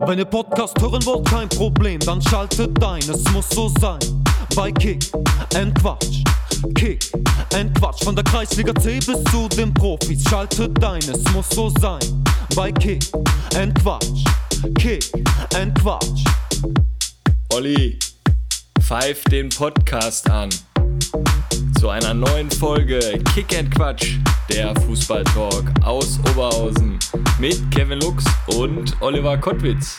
Wenn ihr Podcast hören wollt, kein Problem, dann schaltet ein, es muss so sein. Bei Kick and Quatsch, Kick and Quatsch. Von der Kreisliga C bis zu den Profis, schaltet ein, es muss so sein. Bei Kick and Quatsch, Kick and Quatsch. Olli, pfeif den Podcast an. Zu einer neuen Folge Kick and Quatsch, der Fußballtalk aus Oberhausen mit Kevin Lux und Oliver Kottwitz.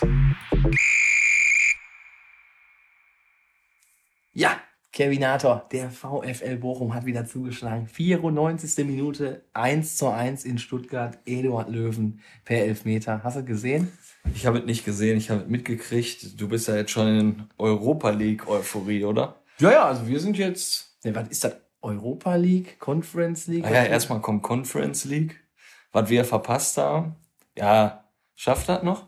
Ja, Kevinator, der VfL Bochum hat wieder zugeschlagen. 94. Minute, 1:1 in Stuttgart, Eduard Löwen per Elfmeter. Hast du gesehen? Ich habe es nicht gesehen, ich habe es mitgekriegt. Du bist ja jetzt schon in Europa League Euphorie, oder? Ja, also wir sind jetzt, was ist das? Europa League, Conference League? Ja, erstmal kommt Conference League, was wir verpasst haben. Ja, schafft das noch?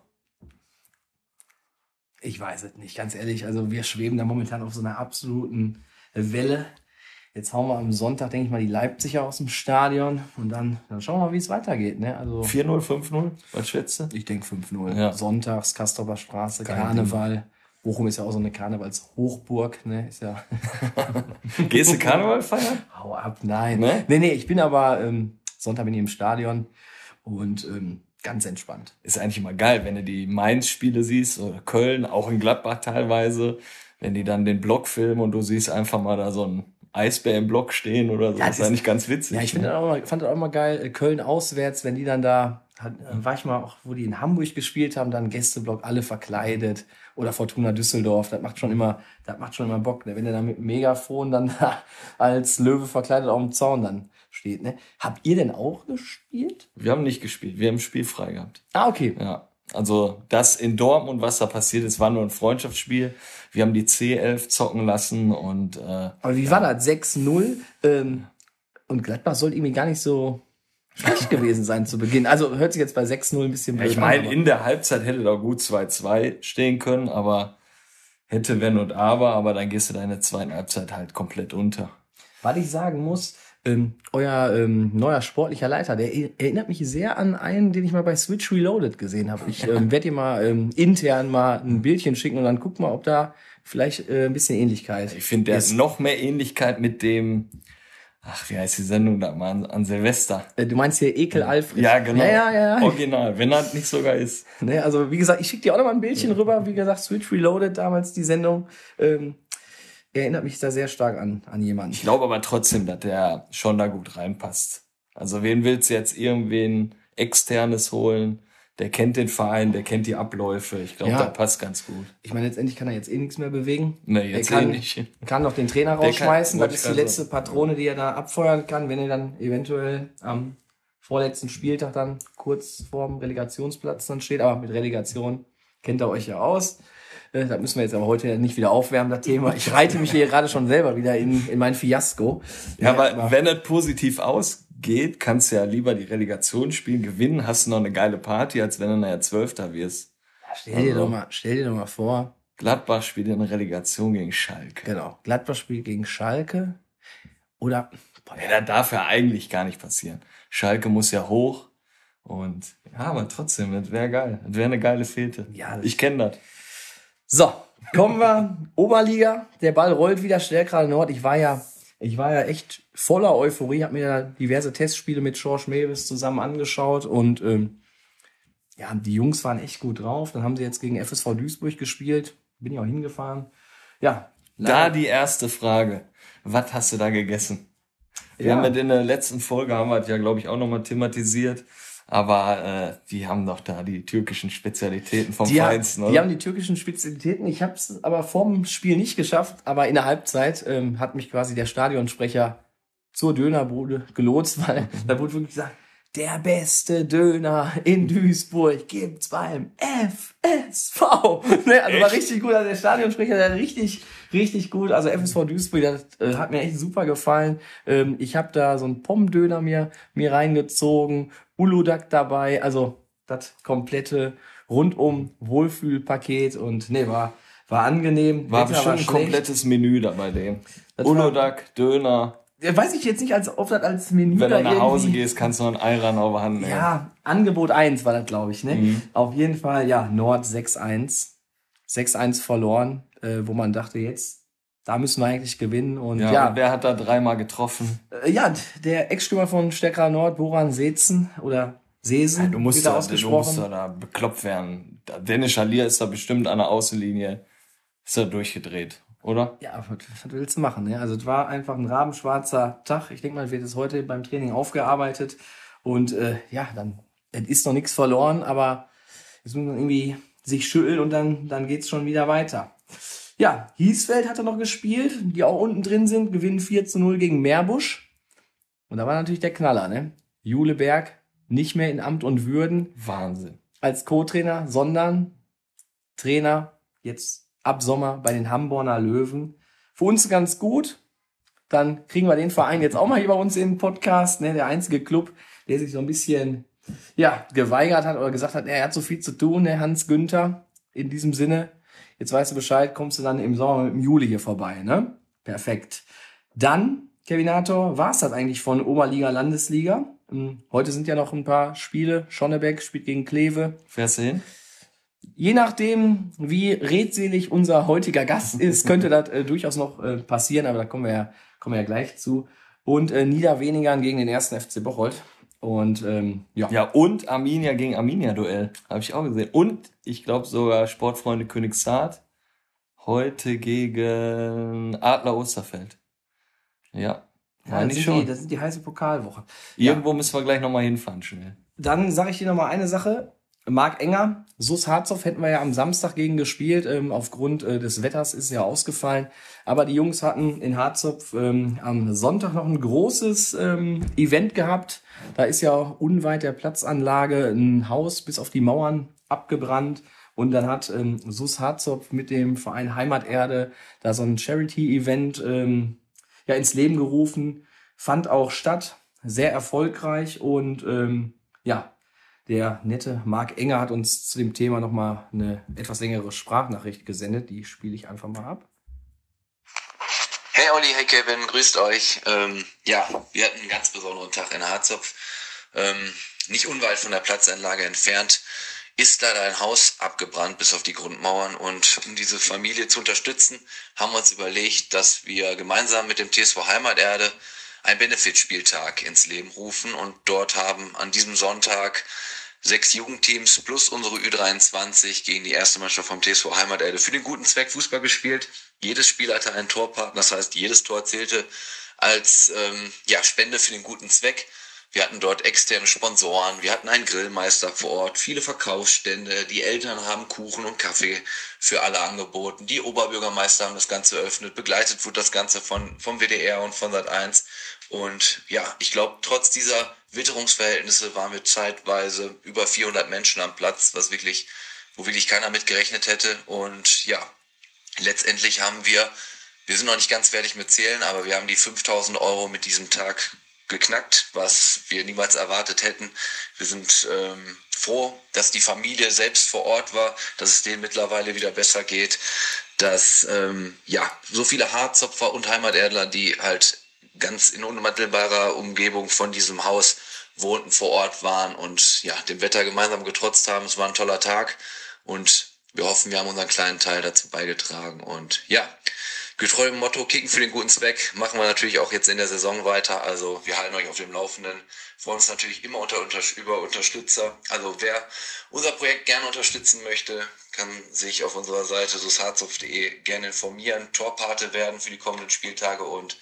Ich weiß es nicht, ganz ehrlich. Also wir schweben da momentan auf so einer absoluten Welle. Jetzt hauen wir am Sonntag, denke ich mal, die Leipziger aus dem Stadion und dann schauen wir mal, wie es weitergeht. Ne? Also 4-0, 5-0, was schätzt du? ich denke 5-0. Ja. Sonntags, Castroper Straße, Kein Karneval. Bochum ist ja auch so eine Karnevalshochburg, ne? Ist ja. Gehst du Karneval feiern? Hau ab, nein. Ne? Nee, ich bin aber Sonntag bin ich im Stadion und ganz entspannt. Ist eigentlich immer geil, wenn du die Mainz-Spiele siehst oder Köln, auch in Gladbach teilweise, wenn die dann den Block filmen und du siehst einfach mal da so einen Eisbär im Block stehen oder so. Ja, das ist eigentlich ganz witzig. Ja, ich fand das auch immer geil, Köln auswärts, wenn die dann da, war ich mal auch, wo die in Hamburg gespielt haben, dann Gästeblock, alle verkleidet oder Fortuna Düsseldorf, das macht schon immer Bock, ne? Wenn der da mit dem Megafon dann als Löwe verkleidet auf dem Zaun dann steht, ne? Habt ihr denn auch gespielt? Wir haben nicht gespielt, wir haben spielfrei gehabt. Ah, okay. Ja, also das in Dortmund, was da passiert ist, war nur ein Freundschaftsspiel. Wir haben die C11 zocken lassen und Aber wie war das? 6-0 und Gladbach sollte irgendwie gar nicht so schlecht gewesen sein zu Beginn. Also hört sich jetzt bei 6-0 ein bisschen blöd ich meine, in der Halbzeit hätte da gut 2-2 stehen können, aber hätte wenn und aber dann gehst du da in der zweiten Halbzeit halt komplett unter. Was ich sagen muss, euer neuer sportlicher Leiter, der erinnert mich sehr an einen, den ich mal bei Switch Reloaded gesehen habe. Ich werde dir mal intern mal ein Bildchen schicken und dann guck mal, ob da vielleicht ein bisschen Ähnlichkeit Ich finde, der hat noch mehr Ähnlichkeit mit dem, wie heißt die Sendung da mal, an Silvester? Du meinst hier Ekel Alfred? Ja, genau. Ja. Original, wenn er nicht sogar ist. Ne, also wie gesagt, ich schicke dir auch noch mal ein Bildchen rüber. Wie gesagt, Switch Reloaded, damals die Sendung. Erinnert mich da sehr stark an jemanden. Ich glaube aber trotzdem, dass der schon da gut reinpasst. Also wen willst du jetzt irgendwen Externes holen? Der kennt den Verein, der kennt die Abläufe. Ich glaube, Ja. der passt ganz gut. Ich meine, letztendlich kann er jetzt nichts mehr bewegen. Nee, jetzt er nicht. kann noch den Trainer Der rausschmeißen. kann- Das ist die letzte Patrone, die er da abfeuern kann, wenn er dann eventuell am vorletzten Spieltag dann kurz vorm Relegationsplatz dann steht. Aber mit Relegation kennt er euch ja aus. Das müssen wir jetzt aber heute nicht wieder aufwärmen, das Thema. Ich reite mich hier gerade schon selber wieder in mein Fiasko. Ja, aber wenn es positiv ausgeht, kannst du ja lieber die Relegation spielen, gewinnen, hast du noch eine geile Party, als wenn du nachher Zwölfter wirst. Stell dir doch mal vor. Gladbach spielt in der Relegation gegen Schalke. Genau. Gladbach spielt gegen Schalke. Oder, Ja, das darf ja eigentlich gar nicht passieren. Schalke muss ja hoch. Und ja, aber trotzdem, das wäre geil. Das wäre eine geile Fete. Ja, ich kenne das. So, kommen wir. Oberliga. Der Ball rollt wieder schnell gerade Nord. Ich war ja echt voller Euphorie. Habe mir da diverse Testspiele mit George Mewis zusammen angeschaut. Und die Jungs waren echt gut drauf. Dann haben sie jetzt gegen FSV Duisburg gespielt. Bin ich auch hingefahren. Ja. Da die erste Frage. Was hast du da gegessen? Wir haben in der letzten Folge, haben wir das ja, glaube ich, auch nochmal thematisiert. Aber die haben doch da die türkischen Spezialitäten vom Feinsten, oder? Die haben die türkischen Spezialitäten. Ich habe es aber vorm Spiel nicht geschafft. Aber in der Halbzeit hat mich quasi der Stadionsprecher zur Dönerbude gelotst, weil da wurde wirklich gesagt, der beste Döner in Duisburg gibt's beim FSV. Ne, also war richtig gut. Also der Stadionsprecher, der richtig gut. Also FSV Duisburg, das hat mir echt super gefallen. Ich habe da so einen Pommdöner mir reingezogen, Uludag dabei. Also das komplette rundum Wohlfühlpaket und war angenehm. War Wetter bestimmt ein schlecht. komplettes Menü da bei dem. Uludag, Döner, weiß ich jetzt nicht, ob das als Menü Wenn da du nach Hause irgendwie... gehst, kannst du noch einen Ayran auf der Hand nehmen. Ja, Angebot 1 war das, glaube ich, ne? Auf jeden Fall, ja, Nord 6-1. 6-1 verloren, wo man dachte, jetzt, da müssen wir eigentlich gewinnen. Und Ja, und wer hat da 3-mal getroffen? ja, der Ex-Stürmer von Stärkerer Nord, Boran Seetzen oder Sesen, Du musst wird da da ausgesprochen. da bekloppt werden. Dennis Schalier ist da bestimmt an der Außenlinie, ist da durchgedreht, oder? Ja, was willst du machen? Ne? Also es war einfach ein rabenschwarzer Tag. Ich denke mal, wird es heute beim Training aufgearbeitet. Und ja, dann es ist noch nichts verloren, aber jetzt muss man irgendwie sich schütteln und dann geht's schon wieder weiter. Ja, Hiesfeld hat er noch gespielt, die auch unten drin sind, gewinnen 4-0 gegen Meerbusch. Und da war natürlich der Knaller, ne? Jule Berg nicht mehr in Amt und Würden Wahnsinn. als Co-Trainer, sondern Trainer jetzt ab Sommer bei den Hamborner Löwen. Für uns ganz gut. Dann kriegen wir den Verein jetzt auch mal hier bei uns im Podcast. Ne? Der einzige Club, der sich so ein bisschen geweigert hat oder gesagt hat, er hat so viel zu tun, der Hans Günther. In diesem Sinne, jetzt weißt du Bescheid, kommst du dann im Sommer im Juli hier vorbei. Ne? Perfekt. Dann, Kevinator, war es das eigentlich von Oberliga, Landesliga. Heute sind ja noch ein paar Spiele. Schonnebeck spielt gegen Kleve. Fährst du hin? Je nachdem, wie redselig unser heutiger Gast ist, könnte das durchaus noch passieren, aber da kommen wir ja gleich zu. Und Niederweningern gegen den 1. FC Bocholt. Und Ja, und Arminia gegen Arminia-Duell. Habe ich auch gesehen. Und ich glaube sogar Sportfreunde Königshardt heute gegen Adler Osterfeld. Ja, meine ich schon. Das sind die heiße Pokalwoche. Irgendwo müssen wir gleich nochmal hinfahren, schnell. Dann sage ich dir nochmal eine Sache. Marc Enger, SuS Harzopf hätten wir ja am Samstag gegen gespielt. Aufgrund des Wetters ist es ja ausgefallen. Aber die Jungs hatten in Harzopf am Sonntag noch ein großes Event gehabt. Da ist ja unweit der Platzanlage ein Haus bis auf die Mauern abgebrannt. Und dann hat SuS Harzopf mit dem Verein Heimaterde da so ein Charity-Event ins Leben gerufen. Fand auch statt. Sehr erfolgreich. Und der nette Marc Enger hat uns zu dem Thema nochmal eine etwas längere Sprachnachricht gesendet. Die spiele ich einfach mal ab. Hey Olli, hey Kevin, grüßt euch. Wir hatten einen ganz besonderen Tag in Harzopf. Nicht unweit von der Platzanlage entfernt ist leider ein Haus abgebrannt bis auf die Grundmauern. Und um diese Familie zu unterstützen, haben wir uns überlegt, dass wir gemeinsam mit dem TSV Heimaterde einen Benefitspieltag ins Leben rufen. Und dort haben an diesem Sonntag 6 Jugendteams plus unsere Ü23 gegen die erste Mannschaft vom TSV Heimaterde für den guten Zweck Fußball gespielt. Jedes Spiel hatte einen Torpartner, das heißt, jedes Tor zählte als Spende für den guten Zweck. Wir hatten dort externe Sponsoren, wir hatten einen Grillmeister vor Ort, viele Verkaufsstände, die Eltern haben Kuchen und Kaffee für alle angeboten, die Oberbürgermeister haben das Ganze eröffnet, begleitet wurde das Ganze vom WDR und von Sat.1. Und ja, ich glaube, trotz dieser Witterungsverhältnisse waren wir zeitweise über 400 Menschen am Platz, wo wirklich keiner mit gerechnet hätte. Und ja, letztendlich haben wir sind noch nicht ganz fertig mit Zählen, aber wir haben die 5.000 € mit diesem Tag geknackt, was wir niemals erwartet hätten. Wir sind froh, dass die Familie selbst vor Ort war, dass es denen mittlerweile wieder besser geht, dass so viele Harzopfer und Heimaterdler, die halt ganz in unmittelbarer Umgebung von diesem Haus wohnten, vor Ort waren und dem Wetter gemeinsam getrotzt haben. Es war ein toller Tag und wir hoffen, wir haben unseren kleinen Teil dazu beigetragen. Und getreu dem Motto, kicken für den guten Zweck, machen wir natürlich auch jetzt in der Saison weiter. Also wir halten euch auf dem Laufenden. Freuen uns natürlich immer über Unterstützer. Also wer unser Projekt gerne unterstützen möchte, kann sich auf unserer Seite susharzopf.de gerne informieren, Torpate werden für die kommenden Spieltage. Und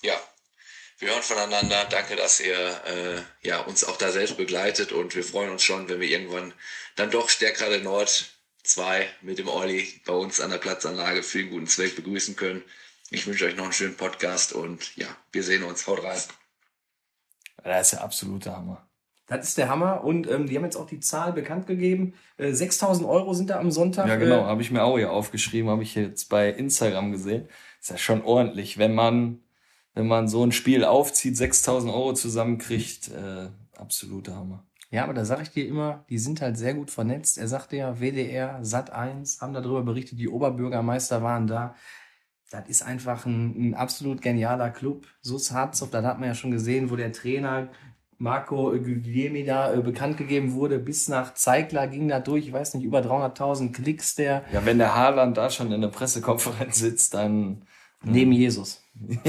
wir hören voneinander. Danke, dass ihr uns auch da selbst begleitet. Und wir freuen uns schon, wenn wir irgendwann dann doch Stärkrade Nord 2 mit dem Olli bei uns an der Platzanlage für den guten Zweck begrüßen können. Ich wünsche euch noch einen schönen Podcast und wir sehen uns. Haut rein. Das ist der absolute Hammer. Das ist der Hammer und die haben jetzt auch die Zahl bekannt gegeben. 6.000 € sind da am Sonntag. Ja, genau, habe ich mir auch hier aufgeschrieben, habe ich jetzt bei Instagram gesehen. Ist ja schon ordentlich, wenn man so ein Spiel aufzieht, 6.000 € zusammenkriegt, absoluter Hammer. Ja, aber da sage ich dir immer, die sind halt sehr gut vernetzt. Er sagte ja, WDR, Sat.1 haben darüber berichtet, die Oberbürgermeister waren da. das ist einfach ein absolut genialer Club. SuS Harzopf, das hat man ja schon gesehen, wo der Trainer Marco Guglielmi da bekannt gegeben wurde. Bis nach Zeigler ging da durch, ich weiß nicht, über 300.000 Klicks der. Ja, wenn der Haaland da schon in der Pressekonferenz sitzt, dann... Neben Jesus.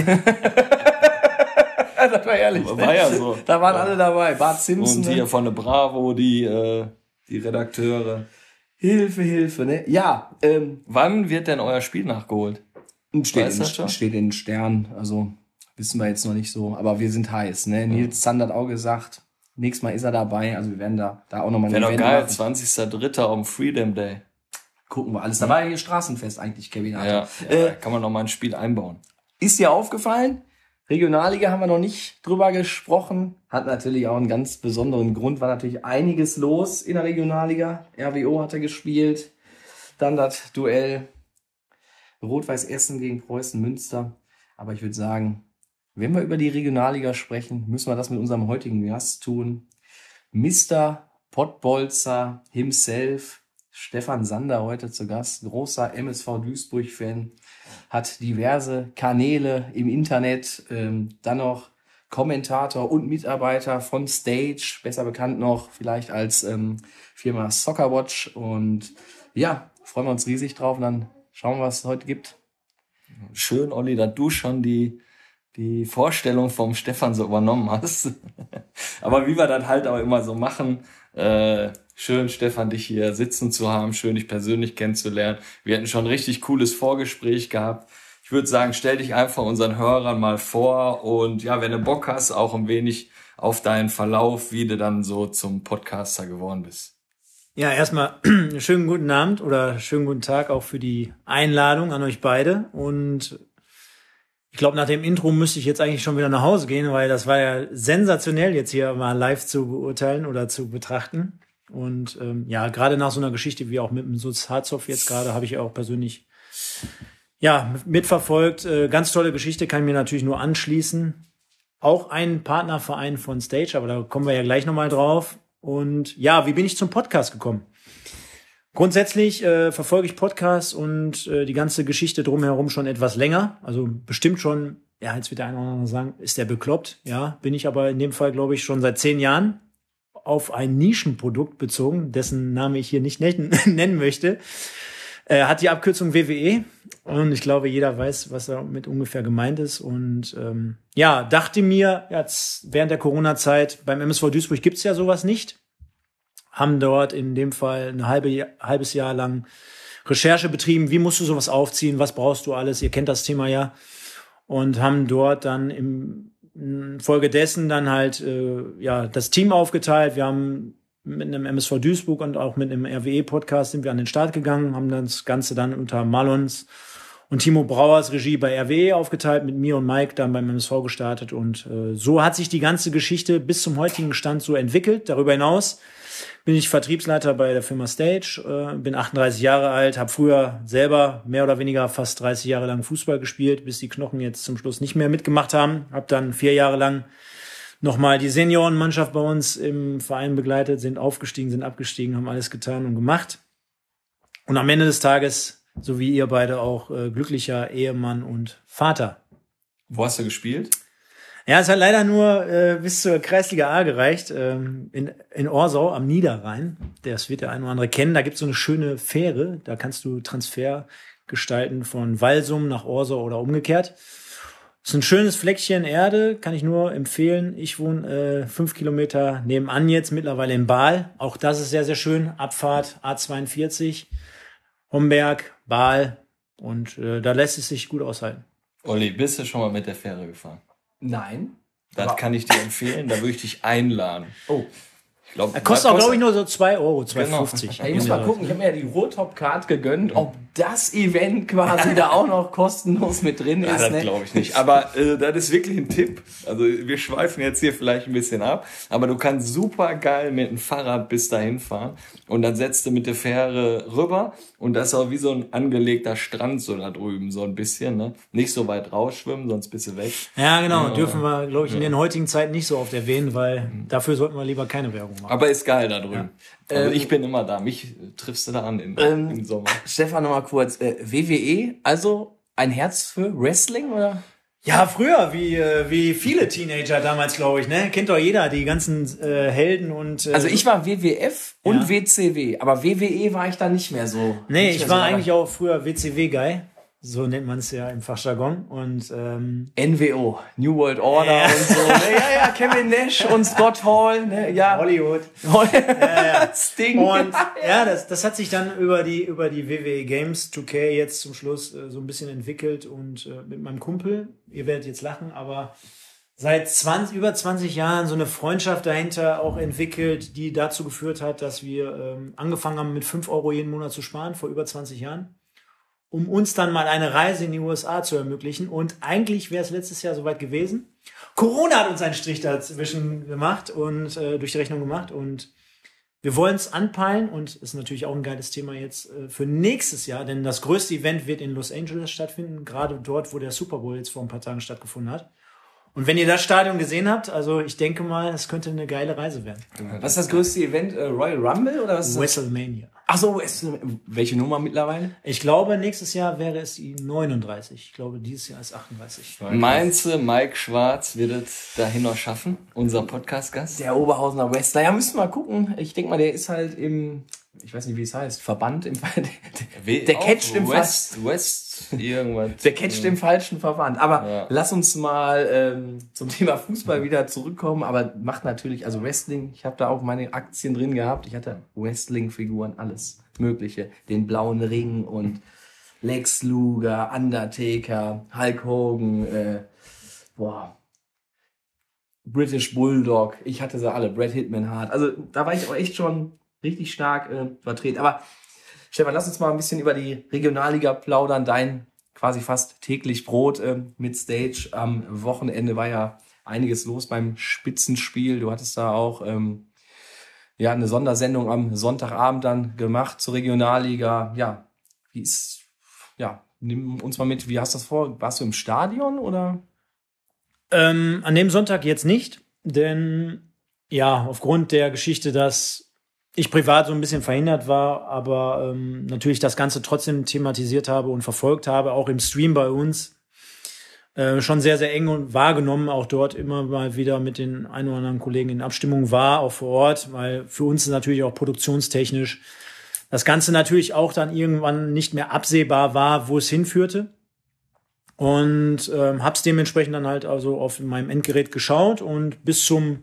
Das war ehrlich. War ja so. Da waren alle dabei. Bart Simpson. Und hier von der Bravo, die Redakteure. Hilfe, ne? Ja. Wann wird denn euer Spiel nachgeholt? Steht in den Sternen. Also wissen wir jetzt noch nicht so. Aber wir sind heiß, ne? Nils Zander hat auch gesagt, nächstes Mal ist er dabei. Also wir werden da auch nochmal ein Event machen. 20.03. am Freedom Day. Gucken wir alles. Da war ja hier Straßenfest eigentlich, Kevin. Ja, kann man noch mal ein Spiel einbauen. Ist dir aufgefallen? Regionalliga haben wir noch nicht drüber gesprochen. Hat natürlich auch einen ganz besonderen Grund. War natürlich einiges los in der Regionalliga. RWO hat er gespielt. Dann das Duell Rot-Weiß Essen gegen Preußen Münster. Aber ich würde sagen, wenn wir über die Regionalliga sprechen, müssen wir das mit unserem heutigen Gast tun. Mr. Pottbolzer himself, Stefan Sander, heute zu Gast. Großer MSV Duisburg-Fan. Hat diverse Kanäle im Internet, dann noch Kommentator und Mitarbeiter von Stage, besser bekannt noch vielleicht als Firma Soccerwatch. Und ja, freuen wir uns riesig drauf und dann schauen wir, was es heute gibt. Schön, Olli, dass du schon die Vorstellung vom Stefan so übernommen hast. Aber wie wir das halt auch immer so machen, schön, Stefan, dich hier sitzen zu haben, schön, dich persönlich kennenzulernen. Wir hatten schon ein richtig cooles Vorgespräch gehabt. Ich würde sagen, stell dich einfach unseren Hörern mal vor und ja, wenn du Bock hast, auch ein wenig auf deinen Verlauf, wie du dann so zum Podcaster geworden bist. Ja, erstmal schönen guten Abend oder schönen guten Tag auch für die Einladung an euch beide. Und ich glaube, nach dem Intro müsste ich jetzt eigentlich schon wieder nach Hause gehen, weil das war ja sensationell, jetzt hier mal live zu beurteilen oder zu betrachten. Und ja, gerade nach so einer Geschichte wie auch mit dem SuS Harzopf jetzt gerade, habe ich auch persönlich mitverfolgt. Ganz tolle Geschichte, kann ich mir natürlich nur anschließen. Auch ein Partnerverein von Stage, aber da kommen wir ja gleich nochmal drauf. Und ja, wie bin ich zum Podcast gekommen? Grundsätzlich verfolge ich Podcasts und die ganze Geschichte drumherum schon etwas länger. Also bestimmt schon, ja, jetzt wird der eine oder andere sagen, ist der bekloppt? Ja, bin ich aber in dem Fall, glaube ich, schon seit 10 Jahren auf ein Nischenprodukt bezogen, dessen Name ich hier nicht nennen möchte. Hat die Abkürzung WWE und ich glaube, jeder weiß, was damit ungefähr gemeint ist. Und dachte mir, jetzt während der Corona-Zeit, beim MSV Duisburg gibt's ja sowas nicht. Haben dort in dem Fall ein halbes Jahr lang Recherche betrieben. Wie musst du sowas aufziehen? Was brauchst du alles? Ihr kennt das Thema ja. Und haben dort dann infolgedessen dann halt das Team aufgeteilt. Wir haben mit einem MSV Duisburg und auch mit einem RWE-Podcast sind wir an den Start gegangen, haben das Ganze dann unter Malons und Timo Brauers Regie bei RWE aufgeteilt, mit mir und Mike dann beim MSV gestartet. Und so hat sich die ganze Geschichte bis zum heutigen Stand so entwickelt. Darüber hinaus bin ich Vertriebsleiter bei der Firma Stage, bin 38 Jahre alt, habe früher selber mehr oder weniger fast 30 Jahre lang Fußball gespielt, bis die Knochen jetzt zum Schluss nicht mehr mitgemacht haben. Habe dann 4 Jahre lang nochmal die Seniorenmannschaft bei uns im Verein begleitet, sind aufgestiegen, sind abgestiegen, haben alles getan und gemacht. Und am Ende des Tages, so wie ihr beide auch, glücklicher Ehemann und Vater. Wo hast du gespielt? Ja, es hat leider nur bis zur Kreisliga A gereicht, in Orsau am Niederrhein. Das wird der ein oder andere kennen. Da gibt's so eine schöne Fähre, da kannst du Transfer gestalten von Walsum nach Orsau oder umgekehrt. Das ist ein schönes Fleckchen Erde, kann ich nur empfehlen. Ich wohne 5 Kilometer nebenan jetzt, mittlerweile in Baal. Auch das ist sehr, sehr schön. Abfahrt A42, Homberg, Baal. Und da lässt es sich gut aushalten. Olli, bist du schon mal mit der Fähre gefahren? Nein. Das kann ich dir empfehlen, da würde ich dich einladen. Oh. Ich glaub, kostet auch, glaube ich, nur so 2 Euro, 2,50 Genau. Ich muss mal gucken, ich habe mir ja die Ruhrtop-Card gegönnt, ob das Event quasi da auch noch kostenlos mit drin ist. Ja, das glaube ich nicht. Aber das ist wirklich ein Tipp. Also wir schweifen jetzt hier vielleicht ein bisschen ab, aber du kannst super geil mit dem Fahrrad bis dahin fahren und dann setzt du mit der Fähre rüber und das ist auch wie so ein angelegter Strand so da drüben, so ein bisschen. Ne? Nicht so weit rausschwimmen, sonst bist du weg. Ja, genau. Dürfen wir, glaube ich, in den heutigen Zeiten nicht so oft erwähnen, weil dafür sollten wir lieber keine Werbung machen. Aber ist geil da drüben. Ja. Also ich bin immer da. Mich triffst du da an im Sommer. Stefan, nochmal kurz. WWE, also ein Herz für Wrestling, oder? Ja, früher, wie viele Teenager damals, glaube ich, ne? Kennt doch jeder, die ganzen Helden und... Also ich war WWF und Ja. WCW, aber WWE war ich da nicht mehr so. Nee, nicht ich mehr war so eigentlich auch früher WCW-Guy. So nennt man es ja im Fachjargon. Und NWO, New World Order Ja. und so. Ne? Ja, Kevin Nash und Scott Hall. Ne? Ja. Hollywood. Sting. Und ja, das hat sich dann über die WWE Games 2K jetzt zum Schluss so ein bisschen entwickelt und mit meinem Kumpel, ihr werdet jetzt lachen, aber seit über 20 Jahren so eine Freundschaft dahinter auch entwickelt, die dazu geführt hat, dass wir angefangen haben, mit 5 Euro jeden Monat zu sparen, vor über 20 Jahren, um uns dann mal eine Reise in die USA zu ermöglichen. Und eigentlich wäre es letztes Jahr soweit gewesen. Corona hat uns einen Strich dazwischen gemacht und durch die Rechnung gemacht. Und wir wollen es anpeilen und ist natürlich auch ein geiles Thema jetzt für nächstes Jahr, denn das größte Event wird in Los Angeles stattfinden, gerade dort, wo der Super Bowl jetzt vor ein paar Tagen stattgefunden hat. Und wenn ihr das Stadion gesehen habt, also ich denke mal, es könnte eine geile Reise werden. Was ist das größte Event? Royal Rumble oder was ist das? WrestleMania. Ach so, welche Nummer mittlerweile? Ich glaube, nächstes Jahr wäre es die 39. Ich glaube, dieses Jahr ist 38. Meinst du, Mike Schwarz wird es dahin noch schaffen? Unser Podcast-Gast? Der Oberhausener Wrestler. Ja, müssen wir mal gucken. Ich denke mal, der ist halt im, ich weiß nicht, wie es heißt, Verband im der catcht im West irgendwas. Der catcht im falschen Verband. Aber Ja. lass uns mal zum Thema Fußball wieder zurückkommen. Aber macht natürlich, also Wrestling, ich habe da auch meine Aktien drin gehabt. Ich hatte Wrestling-Figuren, alles Mögliche. Den blauen Ring und Lex Luger, Undertaker, Hulk Hogan, British Bulldog. Ich hatte sie alle, Bret Hitman Hart. Also da war ich auch echt schon richtig stark vertreten. Aber Stefan, lass uns mal ein bisschen über die Regionalliga plaudern. Dein quasi fast täglich Brot mit Stage. Am Wochenende war ja einiges los beim Spitzenspiel. Du hattest da auch eine Sondersendung am Sonntagabend dann gemacht zur Regionalliga. Ja, nimm uns mal mit. Wie hast du das vor? Warst du im Stadion oder? An dem Sonntag jetzt nicht, denn ja, aufgrund der Geschichte, dass ich privat so ein bisschen verhindert war, aber natürlich das Ganze trotzdem thematisiert habe und verfolgt habe, auch im Stream bei uns, schon sehr, sehr eng und wahrgenommen, auch dort immer mal wieder mit den ein oder anderen Kollegen in Abstimmung war, auch vor Ort, weil für uns ist natürlich auch produktionstechnisch das Ganze natürlich auch dann irgendwann nicht mehr absehbar war, wo es hinführte. Und hab's dementsprechend dann halt also auf meinem Endgerät geschaut und bis zum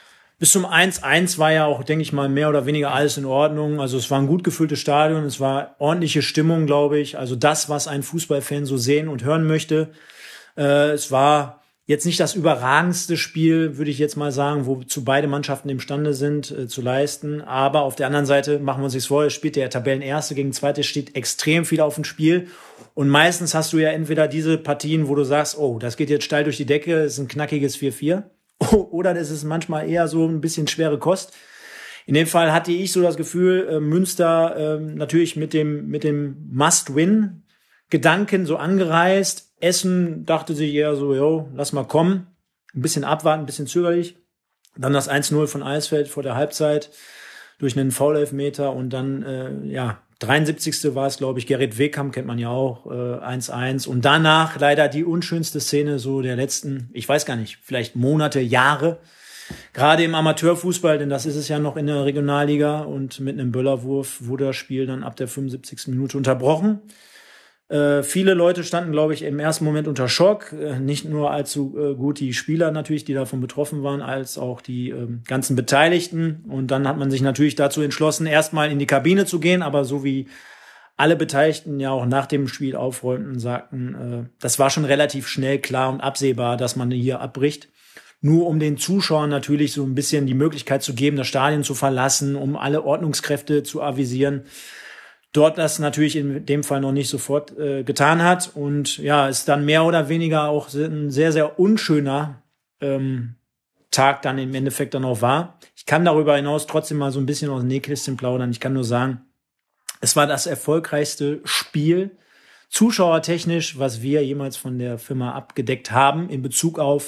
1-1 war ja auch, denke ich mal, mehr oder weniger alles in Ordnung. Also es war ein gut gefülltes Stadion, es war ordentliche Stimmung, glaube ich. Also das, was ein Fußballfan so sehen und hören möchte. Es war jetzt nicht das überragendste Spiel, würde ich jetzt mal sagen, wozu beide Mannschaften imstande sind zu leisten. Aber auf der anderen Seite, machen wir uns nichts vor, es spielt der Tabellenerste gegen Zweite, steht extrem viel auf dem Spiel. Und meistens hast du ja entweder diese Partien, wo du sagst, oh, das geht jetzt steil durch die Decke, ist ein knackiges 4-4. Oder das ist manchmal eher so ein bisschen schwere Kost. In dem Fall hatte ich so das Gefühl, Münster natürlich mit dem Must-Win-Gedanken so angereist. Essen dachte sich eher so, jo, lass mal kommen. Ein bisschen abwarten, ein bisschen zögerlich. Dann das 1-0 von Eisfeld vor der Halbzeit durch einen Foul-Elfmeter und dann, 73. war es, glaube ich, Gerrit Wehkamp kennt man ja auch, 1-1. Und danach leider die unschönste Szene so der letzten, ich weiß gar nicht, vielleicht Monate, Jahre. Gerade im Amateurfußball, denn das ist es ja noch in der Regionalliga. Und mit einem Böllerwurf wurde das Spiel dann ab der 75. Minute unterbrochen. Viele Leute standen, glaube ich, im ersten Moment unter Schock. Nicht nur allzu gut die Spieler natürlich, die davon betroffen waren, als auch die ganzen Beteiligten. Und dann hat man sich natürlich dazu entschlossen, erstmal in die Kabine zu gehen. Aber so wie alle Beteiligten ja auch nach dem Spiel aufräumten, sagten, das war schon relativ schnell klar und absehbar, dass man hier abbricht. Nur um den Zuschauern natürlich so ein bisschen die Möglichkeit zu geben, das Stadion zu verlassen, um alle Ordnungskräfte zu avisieren. Dort das natürlich in dem Fall noch nicht sofort getan hat und ja, ist dann mehr oder weniger auch ein sehr, sehr unschöner Tag dann im Endeffekt dann auch war. Ich kann darüber hinaus trotzdem mal so ein bisschen aus dem Nähkästchen plaudern. Ich kann nur sagen, es war das erfolgreichste Spiel, zuschauertechnisch, was wir jemals von der Firma abgedeckt haben, in Bezug auf,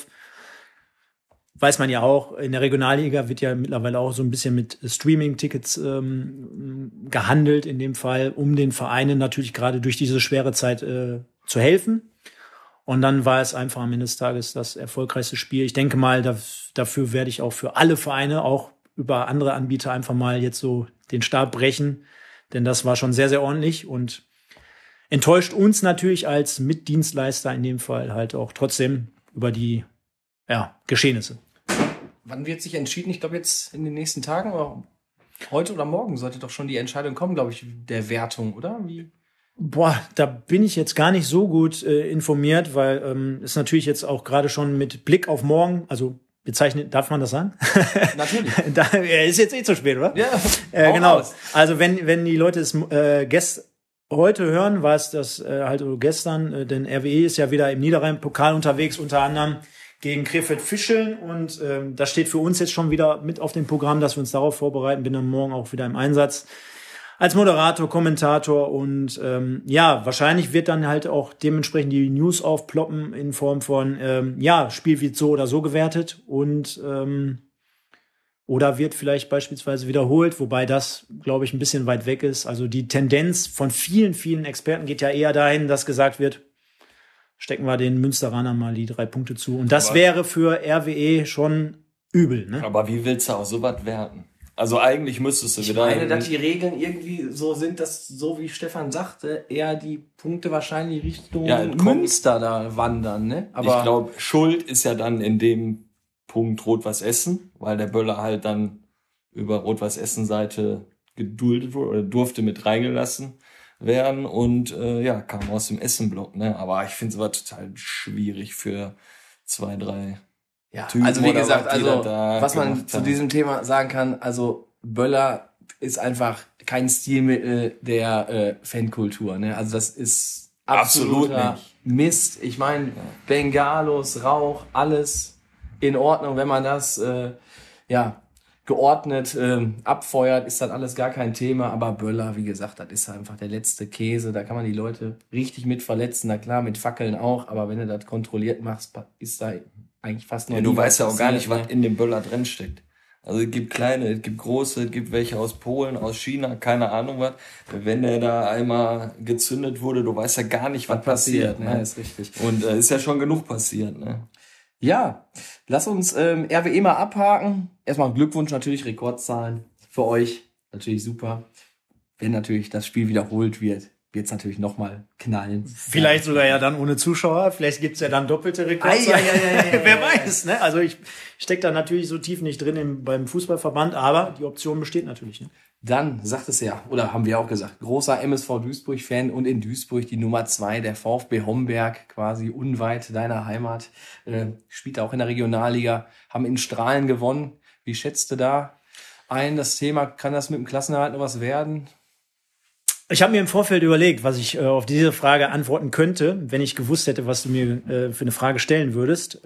weiß man ja auch, in der Regionalliga wird ja mittlerweile auch so ein bisschen mit Streaming-Tickets gehandelt, in dem Fall, um den Vereinen natürlich gerade durch diese schwere Zeit zu helfen. Und dann war es einfach am Ende des Tages das erfolgreichste Spiel. Ich denke mal, dafür werde ich auch für alle Vereine, auch über andere Anbieter, einfach mal jetzt so den Stab brechen. Denn das war schon sehr, sehr ordentlich und enttäuscht uns natürlich als Mitdienstleister in dem Fall halt auch trotzdem über die Geschehnisse. Wann wird sich entschieden? Ich glaube jetzt in den nächsten Tagen oder heute oder morgen sollte doch schon die Entscheidung kommen, glaube ich, der Wertung, oder? Wie? Boah, da bin ich jetzt gar nicht so gut informiert, weil es natürlich jetzt auch gerade schon mit Blick auf morgen, also bezeichnet, darf man das sagen? Natürlich. Ist jetzt zu spät, oder? Ja, genau. Raus. Also wenn die Leute es heute hören, war es das halt gestern, denn RWE ist ja wieder im Niederrhein-Pokal unterwegs, unter anderem gegen Krefeld-Fischeln und das steht für uns jetzt schon wieder mit auf dem Programm, dass wir uns darauf vorbereiten. Bin dann morgen auch wieder im Einsatz als Moderator, Kommentator und wahrscheinlich wird dann halt auch dementsprechend die News aufploppen in Form von Spiel wird so oder so gewertet und oder wird vielleicht beispielsweise wiederholt, wobei das, glaube ich, ein bisschen weit weg ist. Also die Tendenz von vielen, vielen Experten geht ja eher dahin, dass gesagt wird, stecken wir den Münsteranern mal die 3 Punkte zu. Und das wäre für RWE schon übel. Ne? Aber wie willst du auch sowas werten? Also eigentlich müsstest du Ich wieder... meine, dass die Regeln irgendwie so sind, dass, so wie Stefan sagte, eher die Punkte wahrscheinlich Richtung Münster da wandern. Ne? Aber ich glaube, Schuld ist ja dann in dem Punkt Rot-Weiß Essen, weil der Böller halt dann über Rot-Weiß Essen-Seite geduldet wurde oder durfte mit reingelassen werden und kam aus dem Essen-Block. Ne? Aber ich finde es aber total schwierig für 2, 3 Typen. Also wie gesagt, was, was man zu diesem Thema sagen kann, also Böller ist einfach kein Stilmittel der Fankultur. Ne? Also das ist absoluter nicht. Mist. Ich meine, Bengalos, Rauch, alles in Ordnung. Wenn man das geordnet abfeuert, ist das alles gar kein Thema. Aber Böller, wie gesagt, das ist einfach der letzte Käse. Da kann man die Leute richtig mit verletzen. Na klar, mit Fackeln auch. Aber wenn du das kontrolliert machst, ist da eigentlich fast nur... Ja, du weißt ja auch gar nicht, was in dem Böller drin steckt. Also es gibt kleine, es gibt große, es gibt welche aus Polen, aus China, keine Ahnung was. Wenn der da einmal gezündet wurde, du weißt ja gar nicht, was passiert. Ne? Ja, ist richtig. Und ist ja schon genug passiert. Ne? Ja, lass uns RWE mal abhaken. Erstmal Glückwunsch natürlich, Rekordzahlen für euch. Natürlich super. Wenn natürlich das Spiel wiederholt wird, wird's natürlich nochmal knallen. Vielleicht sogar ja dann ohne Zuschauer. Vielleicht gibt's ja dann doppelte Rekordzahlen. Wer weiß, ne? Also ich stecke da natürlich so tief nicht drin beim Fußballverband, aber die Option besteht natürlich. Ne? Dann sagt es ja, oder haben wir auch gesagt, großer MSV Duisburg-Fan und in Duisburg die Nummer 2, der VfB Homberg, quasi unweit deiner Heimat, spielt auch in der Regionalliga, haben in Strahlen gewonnen. Wie schätzt du da ein, das Thema, kann das mit dem Klassenerhalt noch was werden? Ich habe mir im Vorfeld überlegt, was ich auf diese Frage antworten könnte, wenn ich gewusst hätte, was du mir für eine Frage stellen würdest.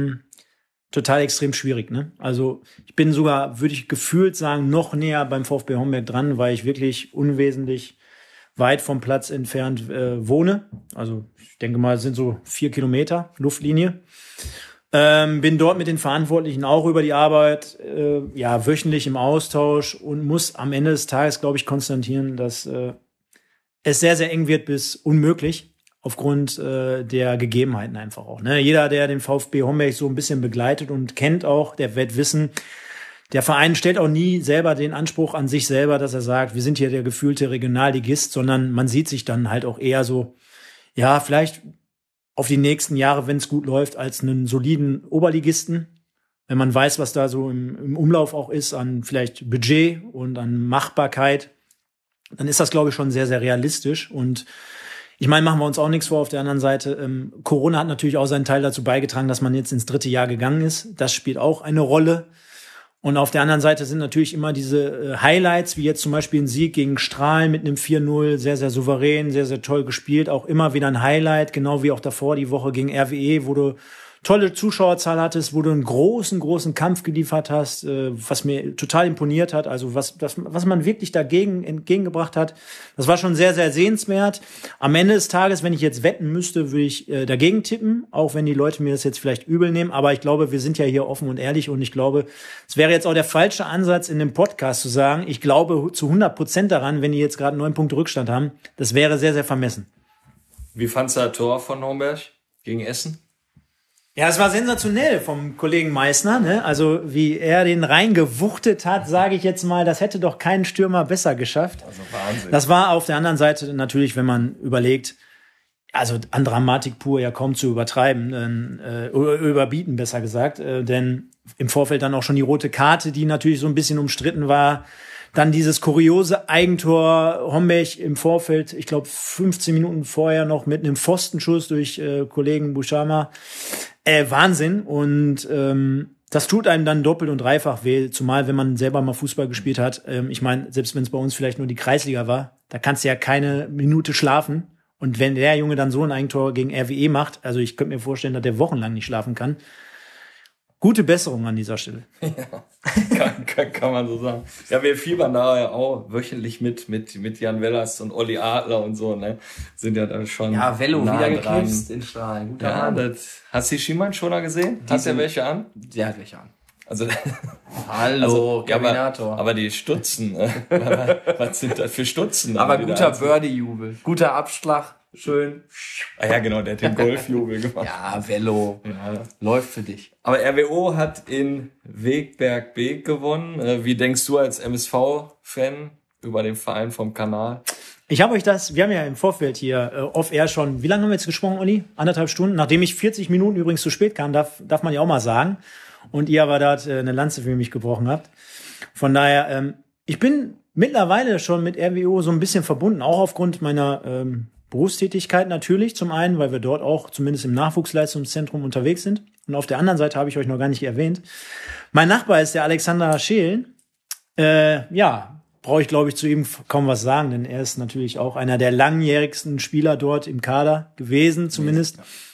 Total extrem schwierig, ne? Also ich bin sogar, würde ich gefühlt sagen, noch näher beim VfB Homberg dran, weil ich wirklich unwesentlich weit vom Platz entfernt wohne. Also ich denke mal, es sind so 4 Kilometer Luftlinie. Bin dort mit den Verantwortlichen auch über die Arbeit wöchentlich im Austausch und muss am Ende des Tages, glaube ich, konstatieren, dass es sehr, sehr eng wird bis unmöglich aufgrund der Gegebenheiten einfach auch. Ne? Jeder, der den VfB Homberg so ein bisschen begleitet und kennt auch, der wird wissen, der Verein stellt auch nie selber den Anspruch an sich selber, dass er sagt, wir sind hier der gefühlte Regionalligist, sondern man sieht sich dann halt auch eher so, ja, vielleicht auf die nächsten Jahre, wenn es gut läuft, als einen soliden Oberligisten. Wenn man weiß, was da so im Umlauf auch ist an vielleicht Budget und an Machbarkeit, dann ist das, glaube ich, schon sehr, sehr realistisch. Und ich meine, machen wir uns auch nichts vor. Auf der anderen Seite, Corona hat natürlich auch seinen Teil dazu beigetragen, dass man jetzt ins 3. Jahr gegangen ist. Das spielt auch eine Rolle. Und auf der anderen Seite sind natürlich immer diese Highlights, wie jetzt zum Beispiel ein Sieg gegen Strahlen mit einem 4-0, sehr, sehr souverän, sehr, sehr toll gespielt. Auch immer wieder ein Highlight, genau wie auch davor die Woche gegen RWE, wo du tolle Zuschauerzahl hattest, wo du einen großen Kampf geliefert hast, was mir total imponiert hat. Also was man wirklich entgegengebracht hat, das war schon sehr, sehr sehenswert. Am Ende des Tages, wenn ich jetzt wetten müsste, würde ich dagegen tippen, auch wenn die Leute mir das jetzt vielleicht übel nehmen. Aber ich glaube, wir sind ja hier offen und ehrlich und ich glaube, es wäre jetzt auch der falsche Ansatz in dem Podcast zu sagen, ich glaube zu 100% daran, wenn die jetzt gerade 9 Punkte Rückstand haben. Das wäre sehr, sehr vermessen. Wie fandst du das Tor von Homberg gegen Essen? Ja, es war sensationell vom Kollegen Meissner, ne? Also wie er den reingewuchtet hat, sage ich jetzt mal, das hätte doch kein Stürmer besser geschafft. Also Wahnsinn. Das war auf der anderen Seite natürlich, wenn man überlegt, also an Dramatik pur ja kaum zu übertreiben, überbieten besser gesagt, denn im Vorfeld dann auch schon die rote Karte, die natürlich so ein bisschen umstritten war. Dann dieses kuriose Eigentor Homberg im Vorfeld, ich glaube 15 Minuten vorher noch mit einem Pfostenschuss durch Kollegen Buschama. Wahnsinn. Und das tut einem dann doppelt und dreifach weh, zumal wenn man selber mal Fußball gespielt hat. Ich meine, selbst wenn es bei uns vielleicht nur die Kreisliga war, da kannst du ja keine Minute schlafen. Und wenn der Junge dann so ein Eigentor gegen RWE macht, also ich könnte mir vorstellen, dass der wochenlang nicht schlafen kann. Gute Besserung an dieser Stelle. Ja, kann man so sagen. Ja, wir fiebern da ja auch wöchentlich mit Jan Wellers und Olli Adler und so, ne? Sind ja dann schon. Ja, Vello nah wieder dran. geknipst in Strahlen. Guter Ja, Mann. hast du die Schienbeinschoner gesehen? Hast du ja welche an? Der hat welche an. Also, Hallo, ja, Terminator. aber die Stutzen, was sind das für Stutzen? Aber die guter da sind? Birdie-Jubel. Guter Abschlag. Schön. Ah ja, genau, der hat den Golfjubel gemacht. Ja, Vello. Ja. Läuft für dich. Aber RWO hat in Wegberg-Beek gewonnen. Wie denkst du als MSV-Fan über den Verein vom Kanal? Wir haben ja im Vorfeld hier off-air schon, wie lange haben wir jetzt gesprochen, Olli? 1,5 Stunden? Nachdem ich 40 Minuten übrigens zu spät kam, darf man ja auch mal sagen. Und ihr aber da eine Lanze für mich gebrochen habt. Von daher, ich bin mittlerweile schon mit RWO so ein bisschen verbunden, auch aufgrund meiner Berufstätigkeit natürlich. Zum einen, weil wir dort auch zumindest im Nachwuchsleistungszentrum unterwegs sind. Und auf der anderen Seite habe ich euch noch gar nicht erwähnt. Mein Nachbar ist der Alexander Schelen. Brauche ich, glaube ich, zu ihm kaum was sagen, denn er ist natürlich auch einer der langjährigsten Spieler dort im Kader gewesen, zumindest.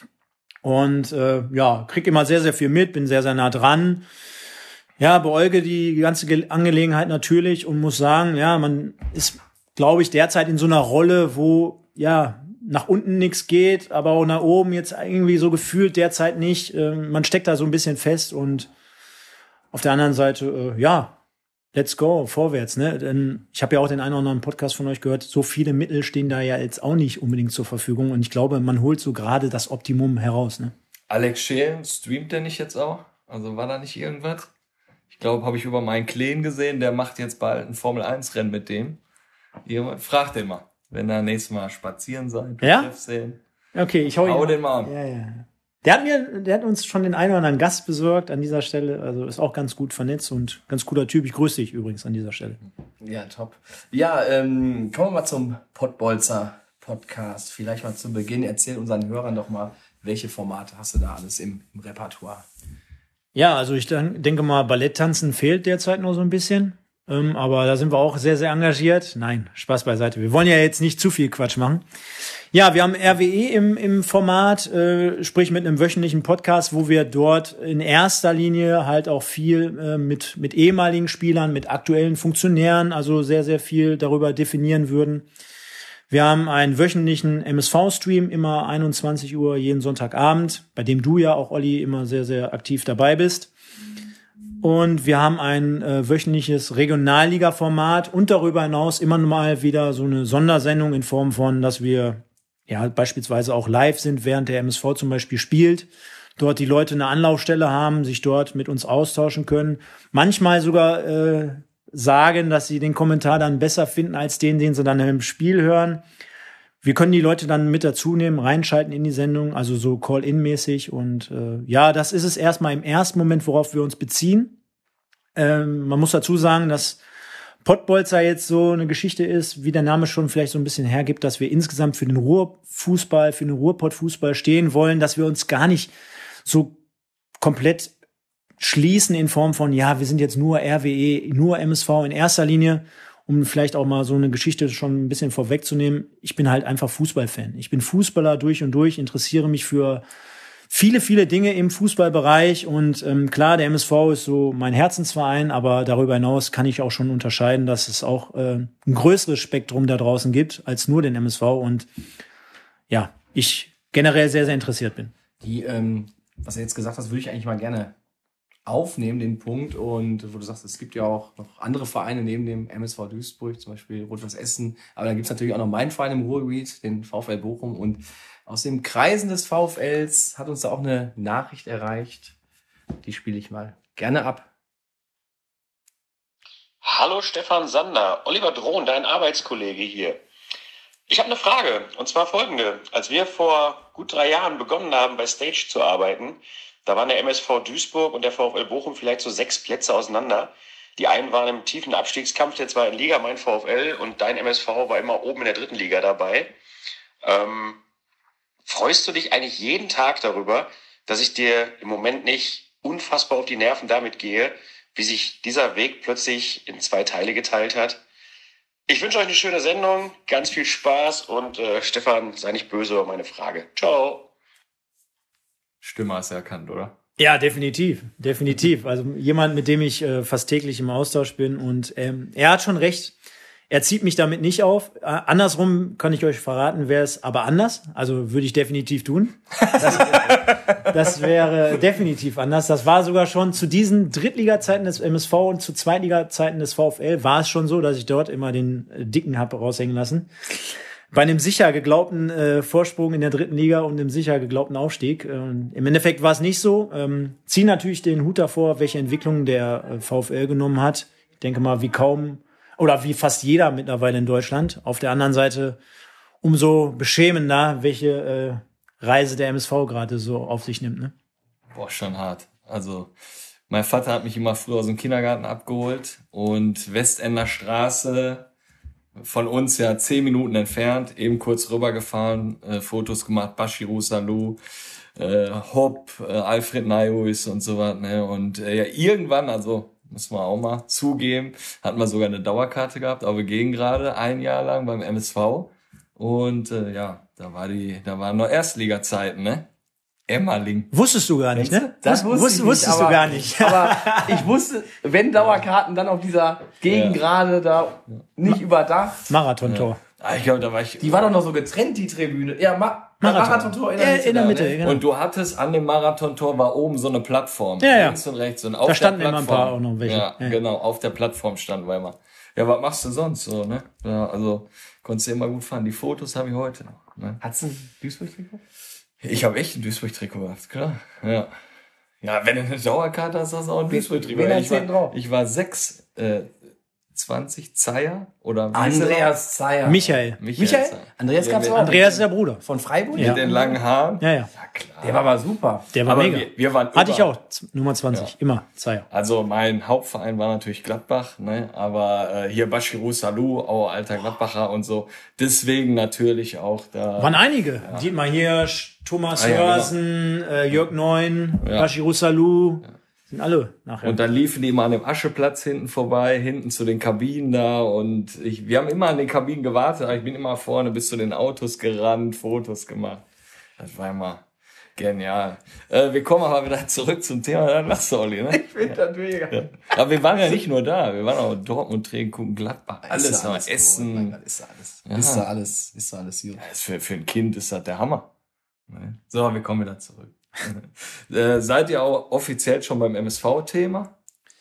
Und krieg immer sehr, sehr viel mit, bin sehr, sehr nah dran. Ja, beäuge die ganze Angelegenheit natürlich und muss sagen, ja, man ist, glaube ich, derzeit in so einer Rolle, wo ja nach unten nichts geht, aber auch nach oben jetzt irgendwie so gefühlt derzeit nicht. Man steckt da so ein bisschen fest und auf der anderen Seite, let's go, vorwärts, ne? Denn ich habe ja auch den einen oder anderen Podcast von euch gehört, so viele Mittel stehen da ja jetzt auch nicht unbedingt zur Verfügung und ich glaube, man holt so gerade das Optimum heraus, ne? Alex Schelen, streamt der nicht jetzt auch? Also war da nicht irgendwas? Ich glaube, habe ich über meinen Kleen gesehen, der macht jetzt bald ein Formel-1-Rennen mit dem. Frag den mal, wenn er nächstes Mal spazieren seid, Ja? sehen. Okay, ich hau ihn den mal an. Ja. Der hat uns schon den einen oder anderen Gast besorgt an dieser Stelle. Also ist auch ganz gut vernetzt und ganz cooler Typ. Ich grüße dich übrigens an dieser Stelle. Ja, top. Ja, kommen wir mal zum Pottbolzer Podcast. Vielleicht mal zu Beginn. Erzähl unseren Hörern doch mal, welche Formate hast du da alles im Repertoire? Ja, also ich denke mal, Balletttanzen fehlt derzeit noch so ein bisschen. Aber da sind wir auch sehr, sehr engagiert. Nein, Spaß beiseite. Wir wollen ja jetzt nicht zu viel Quatsch machen. Ja, wir haben RWE im Format, sprich mit einem wöchentlichen Podcast, wo wir dort in erster Linie halt auch viel mit ehemaligen Spielern, mit aktuellen Funktionären, also sehr, sehr viel darüber definieren würden. Wir haben einen wöchentlichen MSV-Stream, immer 21 Uhr jeden Sonntagabend, bei dem du ja auch, Olli, immer sehr, sehr aktiv dabei bist. Und wir haben ein wöchentliches Regionalliga-Format und darüber hinaus immer mal wieder so eine Sondersendung in Form von, dass wir ja beispielsweise auch live sind, während der MSV zum Beispiel spielt. Dort die Leute eine Anlaufstelle haben, sich dort mit uns austauschen können. Manchmal sogar sagen, dass sie den Kommentar dann besser finden als den sie dann im Spiel hören. Wir können die Leute dann mit dazu nehmen, reinschalten in die Sendung, also so Call-in-mäßig. Und das ist es erstmal im ersten Moment, worauf wir uns beziehen. Man muss dazu sagen, dass Pottbolzer jetzt so eine Geschichte ist, wie der Name schon vielleicht so ein bisschen hergibt, dass wir insgesamt für den Ruhrfußball, für den Ruhrpott-Fußball stehen wollen, dass wir uns gar nicht so komplett schließen in Form von, ja, wir sind jetzt nur RWE, nur MSV in erster Linie, um vielleicht auch mal so eine Geschichte schon ein bisschen vorwegzunehmen. Ich bin halt einfach Fußballfan. Ich bin Fußballer durch und durch, interessiere mich für viele, viele Dinge im Fußballbereich und klar, der MSV ist so mein Herzensverein, aber darüber hinaus kann ich auch schon unterscheiden, dass es auch ein größeres Spektrum da draußen gibt als nur den MSV und ja, ich generell sehr, sehr interessiert bin. Die, was du jetzt gesagt hast, würde ich eigentlich mal gerne aufnehmen, den Punkt. Und wo du sagst, es gibt ja auch noch andere Vereine neben dem MSV Duisburg, zum Beispiel Rot-Weiß Essen. Aber dann gibt's natürlich auch noch meinen Verein im Ruhrgebiet, den VfL Bochum. Und aus den Kreisen des VfLs hat uns da auch eine Nachricht erreicht. Die spiele ich mal gerne ab. Hallo Stefan Sander, Oliver Drohn, dein Arbeitskollege hier. Ich habe eine Frage, und zwar folgende. Als wir vor gut 3 Jahren begonnen haben, bei Stage zu arbeiten, da waren der MSV Duisburg und der VfL Bochum vielleicht so 6 Plätze auseinander. Die einen waren im tiefen Abstiegskampf der 2. Liga, mein VfL, und dein MSV war immer oben in der 3. Liga dabei. Freust du dich eigentlich jeden Tag darüber, dass ich dir im Moment nicht unfassbar auf die Nerven damit gehe, wie sich dieser Weg plötzlich in 2 Teile geteilt hat? Ich wünsche euch eine schöne Sendung, ganz viel Spaß und Stefan, sei nicht böse über meine Frage. Ciao. Stimme hast du erkannt, oder? Ja, definitiv. Also jemand, mit dem ich fast täglich im Austausch bin, und er hat schon recht. Er zieht mich damit nicht auf. Andersrum kann ich euch verraten, wäre es aber anders. Also würde ich definitiv tun. Das wäre definitiv anders. Das war sogar schon zu diesen Drittliga-Zeiten des MSV und zu Zweitliga-Zeiten des VfL war es schon so, dass ich dort immer den Dicken habe raushängen lassen. Bei einem sicher geglaubten Vorsprung in der 3. Liga und einem sicher geglaubten Aufstieg. Im Endeffekt war es nicht so. Ziehe natürlich den Hut davor, welche Entwicklung der VfL genommen hat. Ich denke mal, wie fast jeder mittlerweile in Deutschland. Auf der anderen Seite umso beschämender, welche Reise der MSV gerade so auf sich nimmt. Ne? Boah, schon hart. Also mein Vater hat mich immer früher aus dem Kindergarten abgeholt und Westender Straße von uns ja 10 Minuten entfernt, eben kurz rübergefahren, Fotos gemacht, Bashiru Salou, Hopp, Alfred Nayhuis und so was. Ne? Und ja, irgendwann, also muss man auch mal zugeben, hatten wir sogar eine Dauerkarte gehabt, aber wir gehen gerade 1 Jahr lang beim MSV. Und ja, da waren noch Erstliga-Zeiten, ne? Emmerling. Wusstest du gar nicht, ne? Das wusstest du gar nicht. Aber ich wusste, wenn Dauerkarten, dann auf dieser Gegengrade da nicht überdacht. Marathontor. Ich glaube, da war ich. Die war doch noch so getrennt, die Tribüne. Ja, Marathontor in der Mitte. Genau. Und du hattest an dem Marathontor war oben so eine Plattform. Ja. Links und rechts. Und auf da standen der immer ein paar auch noch welche. Ja, genau. Auf der Plattform standen wir immer. Ja, was machst du sonst so, ne? Ja, also, konntest du immer gut fahren. Die Fotos habe ich heute noch, ne? Hattest du ein Duisburg-Trikot? Ich habe echt ein Duisburg-Trikot gehabt, klar. Ja. Ja, wenn du eine Dauerkarte hast, hast du auch ein Duisburg-Trikot. Wen hast du denn drauf? Ich war 26 Zeyer oder wie Andreas Zeyer. Michael? Zeyer. Andreas gab's auch. Andreas ist der Bruder. Von Freiburg? Mit den langen Haaren. Ja. Ja, klar. Der war aber super. Der war Aber mega. wir waren Hatte ich über- auch. Nummer 20. Immer. Zeier. Also mein Hauptverein war natürlich Gladbach, ne? Aber hier Bashiru Salou, auch alter Gladbacher und so. Deswegen natürlich auch da. Waren einige. Dietmar Hirsch, Thomas Ah, ja, genau. Hörsen, Jörg Neun, Ja. Bashiru Salou. Sind alle nachher. Und dann liefen die immer an dem Ascheplatz hinten vorbei, hinten zu den Kabinen da. Und wir haben immer an den Kabinen gewartet, aber ich bin immer vorne bis zu den Autos gerannt, Fotos gemacht. Das war immer genial. Wir kommen aber wieder zurück zum Thema, dann lachst du, Olli, ne? Ich finde das mega. Ja. Aber wir waren ja nicht nur da, wir waren auch in Dortmund, Trägen, Gladbach, alles, alles Essen. Das ist alles. Ja. Ist da alles hier. Ja, für ein Kind ist das der Hammer. Ne? So, wir kommen wieder zurück. Seid ihr auch offiziell schon beim MSV-Thema?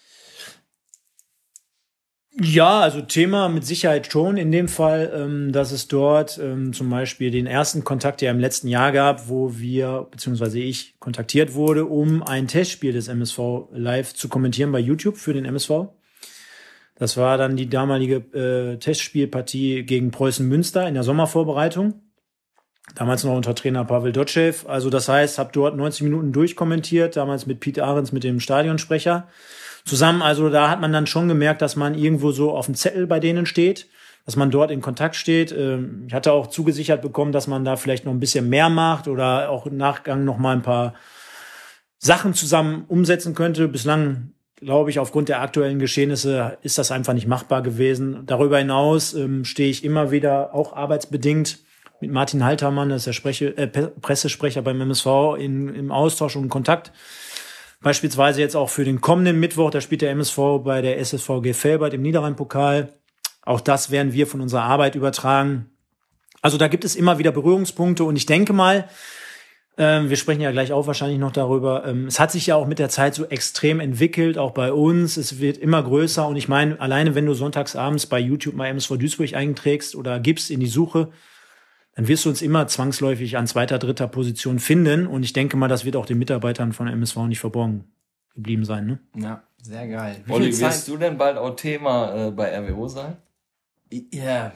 Ja, also Thema mit Sicherheit schon. In dem Fall, dass es dort zum Beispiel den ersten Kontakt ja im letzten Jahr gab, wo wir, beziehungsweise ich, kontaktiert wurde, um ein Testspiel des MSV live zu kommentieren bei YouTube für den MSV. Das war dann die damalige Testspielpartie gegen Preußen Münster in der Sommervorbereitung. Damals noch unter Trainer Pavel Dotschew. Also das heißt, habe dort 90 Minuten durchkommentiert, damals mit Pete Ahrens, mit dem Stadionsprecher. Zusammen, also da hat man dann schon gemerkt, dass man irgendwo so auf dem Zettel bei denen steht, dass man dort in Kontakt steht. Ich hatte auch zugesichert bekommen, dass man da vielleicht noch ein bisschen mehr macht oder auch im Nachgang noch mal ein paar Sachen zusammen umsetzen könnte. Bislang, glaube ich, aufgrund der aktuellen Geschehnisse ist das einfach nicht machbar gewesen. Darüber hinaus stehe ich immer wieder, auch arbeitsbedingt, mit Martin Haltermann, das ist der Pressesprecher beim MSV, im Austausch und Kontakt. Beispielsweise jetzt auch für den kommenden Mittwoch, da spielt der MSV bei der SSVG Velbert im Niederrhein-Pokal. Auch das werden wir von unserer Arbeit übertragen. Also da gibt es immer wieder Berührungspunkte und ich denke mal, Wir sprechen ja gleich auch wahrscheinlich noch darüber. Es hat sich ja auch mit der Zeit so extrem entwickelt, auch bei uns. Es wird immer größer. Und ich meine, alleine wenn du sonntagsabends bei YouTube mal MSV Duisburg einträgst oder gibst in die Suche, dann wirst du uns immer zwangsläufig an 2., 3. Position finden. Und ich denke mal, das wird auch den Mitarbeitern von MSV nicht verborgen geblieben sein. Ne? Ja, sehr geil. Olli, wirst du denn bald auch Thema bei RWO sein? Ja.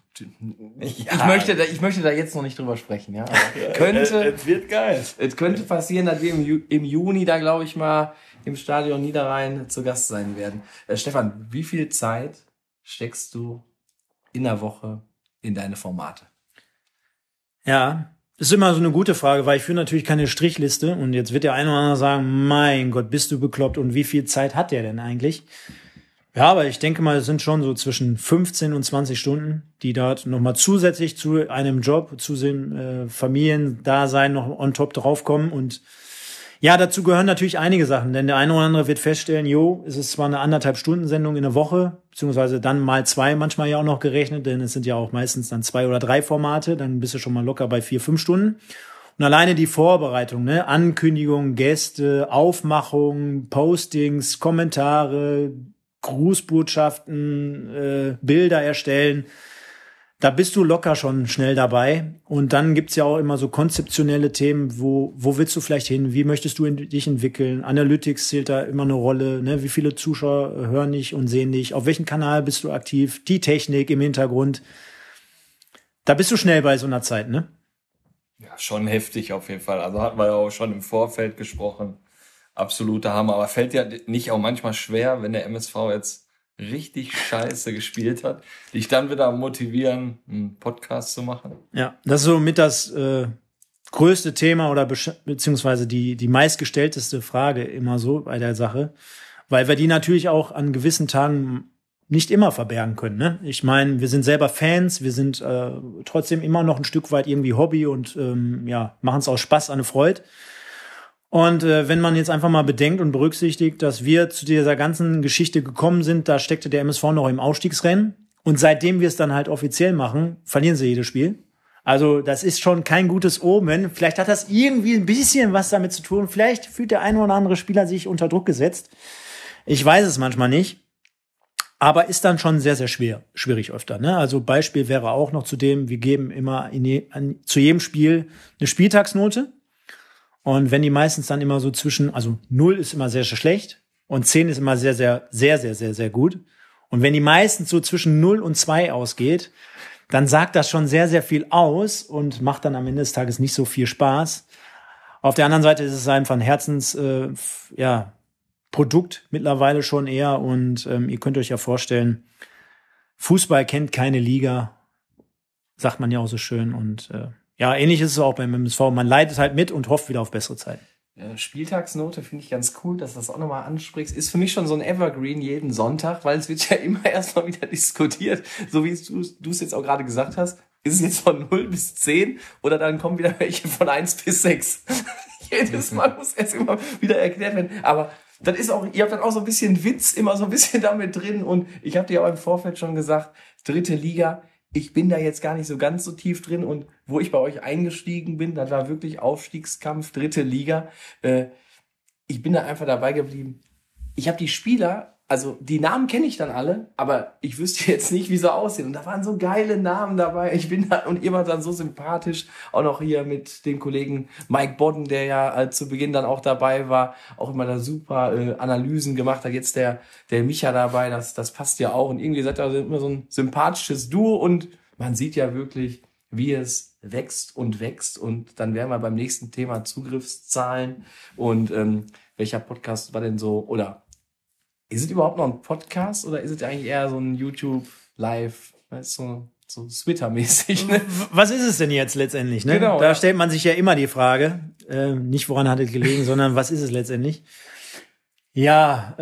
Ich möchte da jetzt noch nicht drüber sprechen. Ja, Es wird geil. Es könnte passieren, dass wir im Juni da, glaube ich, mal im Stadion Niederrhein zu Gast sein werden. Stefan, wie viel Zeit steckst du in der Woche in deine Formate? Ja, ist immer so eine gute Frage, weil ich führe natürlich keine Strichliste. Und jetzt wird der eine oder andere sagen, mein Gott, bist du bekloppt und wie viel Zeit hat der denn eigentlich? Ja, aber ich denke mal, es sind schon so zwischen 15 und 20 Stunden, die dort nochmal zusätzlich zu einem Job, zu dem Familiendasein noch on top draufkommen. Und ja, dazu gehören natürlich einige Sachen, denn der eine oder andere wird feststellen, es ist zwar eine 1,5-Stunden-Sendung in der Woche, beziehungsweise dann mal 2 manchmal ja auch noch gerechnet, denn es sind ja auch meistens dann 2 oder 3 Formate, dann bist du schon mal locker bei 4, 5 Stunden. Und alleine die Vorbereitung, ne, Ankündigung, Gäste, Aufmachung, Postings, Kommentare, Grußbotschaften, Bilder erstellen. Da bist du locker schon schnell dabei. Und dann gibt's ja auch immer so konzeptionelle Themen, wo willst du vielleicht hin? Wie möchtest du dich entwickeln? Analytics zählt da immer eine Rolle. Ne? Wie viele Zuschauer hören dich und sehen dich? Auf welchem Kanal bist du aktiv? Die Technik im Hintergrund. Da bist du schnell bei so einer Zeit, ne? Ja, schon heftig auf jeden Fall. Also hatten wir ja auch schon im Vorfeld gesprochen. Absoluter Hammer. Aber fällt ja nicht auch manchmal schwer, wenn der MSV jetzt richtig scheiße gespielt hat, dich dann wieder motivieren, einen Podcast zu machen? Ja, das ist so mit das größte Thema oder beziehungsweise die meistgestellteste Frage immer so bei der Sache, weil wir die natürlich auch an gewissen Tagen nicht immer verbergen können. Ne? Ich meine, wir sind selber Fans, wir sind trotzdem immer noch ein Stück weit irgendwie Hobby und machen es aus Spaß an eine Freude. Und wenn man jetzt einfach mal bedenkt und berücksichtigt, dass wir zu dieser ganzen Geschichte gekommen sind, da steckte der MSV noch im Aufstiegsrennen. Und seitdem wir es dann halt offiziell machen, verlieren sie jedes Spiel. Also das ist schon kein gutes Omen. Vielleicht hat das irgendwie ein bisschen was damit zu tun. Vielleicht fühlt der eine oder andere Spieler sich unter Druck gesetzt. Ich weiß es manchmal nicht. Aber ist dann schon sehr, sehr schwierig öfter. Ne? Also Beispiel wäre auch noch zudem, wir geben immer zu jedem Spiel eine Spieltagsnote. Und wenn die meistens dann immer so also 0 ist immer sehr, sehr schlecht und 10 ist immer sehr, sehr, sehr, sehr, sehr, sehr gut. Und wenn die meistens so zwischen 0 und 2 ausgeht, dann sagt das schon sehr, sehr viel aus und macht dann am Ende des Tages nicht so viel Spaß. Auf der anderen Seite ist es einfach ein Produkt mittlerweile schon eher. Und ihr könnt euch ja vorstellen, Fußball kennt keine Liga, sagt man ja auch so schön. Und ähnlich ist es auch beim MSV. Man leidet halt mit und hofft wieder auf bessere Zeiten. Spieltagsnote finde ich ganz cool, dass du das auch nochmal ansprichst. Ist für mich schon so ein Evergreen jeden Sonntag, weil es wird ja immer erstmal wieder diskutiert. So wie du es jetzt auch gerade gesagt hast. Ist es jetzt von 0 bis 10 oder dann kommen wieder welche von 1 bis 6? Jedes Mal muss es immer wieder erklärt werden. Aber das ist auch, ihr habt dann auch so ein bisschen Witz immer so ein bisschen damit drin. Und ich habe dir auch im Vorfeld schon gesagt, 3. Liga, ich bin da jetzt gar nicht so ganz so tief drin und wo ich bei euch eingestiegen bin, das war wirklich Aufstiegskampf, 3. Liga. Ich bin da einfach dabei geblieben. Ich habe die Spieler, also die Namen kenne ich dann alle, aber ich wüsste jetzt nicht, wie sie aussehen. Und da waren so geile Namen dabei. Und ihr wart dann so sympathisch. Auch noch hier mit dem Kollegen Mike Bodden, der ja zu Beginn dann auch dabei war, auch immer da super Analysen gemacht hat. Jetzt der Micha dabei, das passt ja auch. Und irgendwie seid ihr immer so ein sympathisches Duo und man sieht ja wirklich, wie es wächst. Und dann wären wir beim nächsten Thema Zugriffszahlen. Und welcher Podcast war denn so, oder ist es überhaupt noch ein Podcast oder ist es eigentlich eher so ein YouTube-Live, so Twitter-mäßig? Ne? Was ist es denn jetzt letztendlich? Ne? Genau, da stellt man sich ja immer die Frage, nicht woran hat es gelegen, sondern was ist es letztendlich? Ja,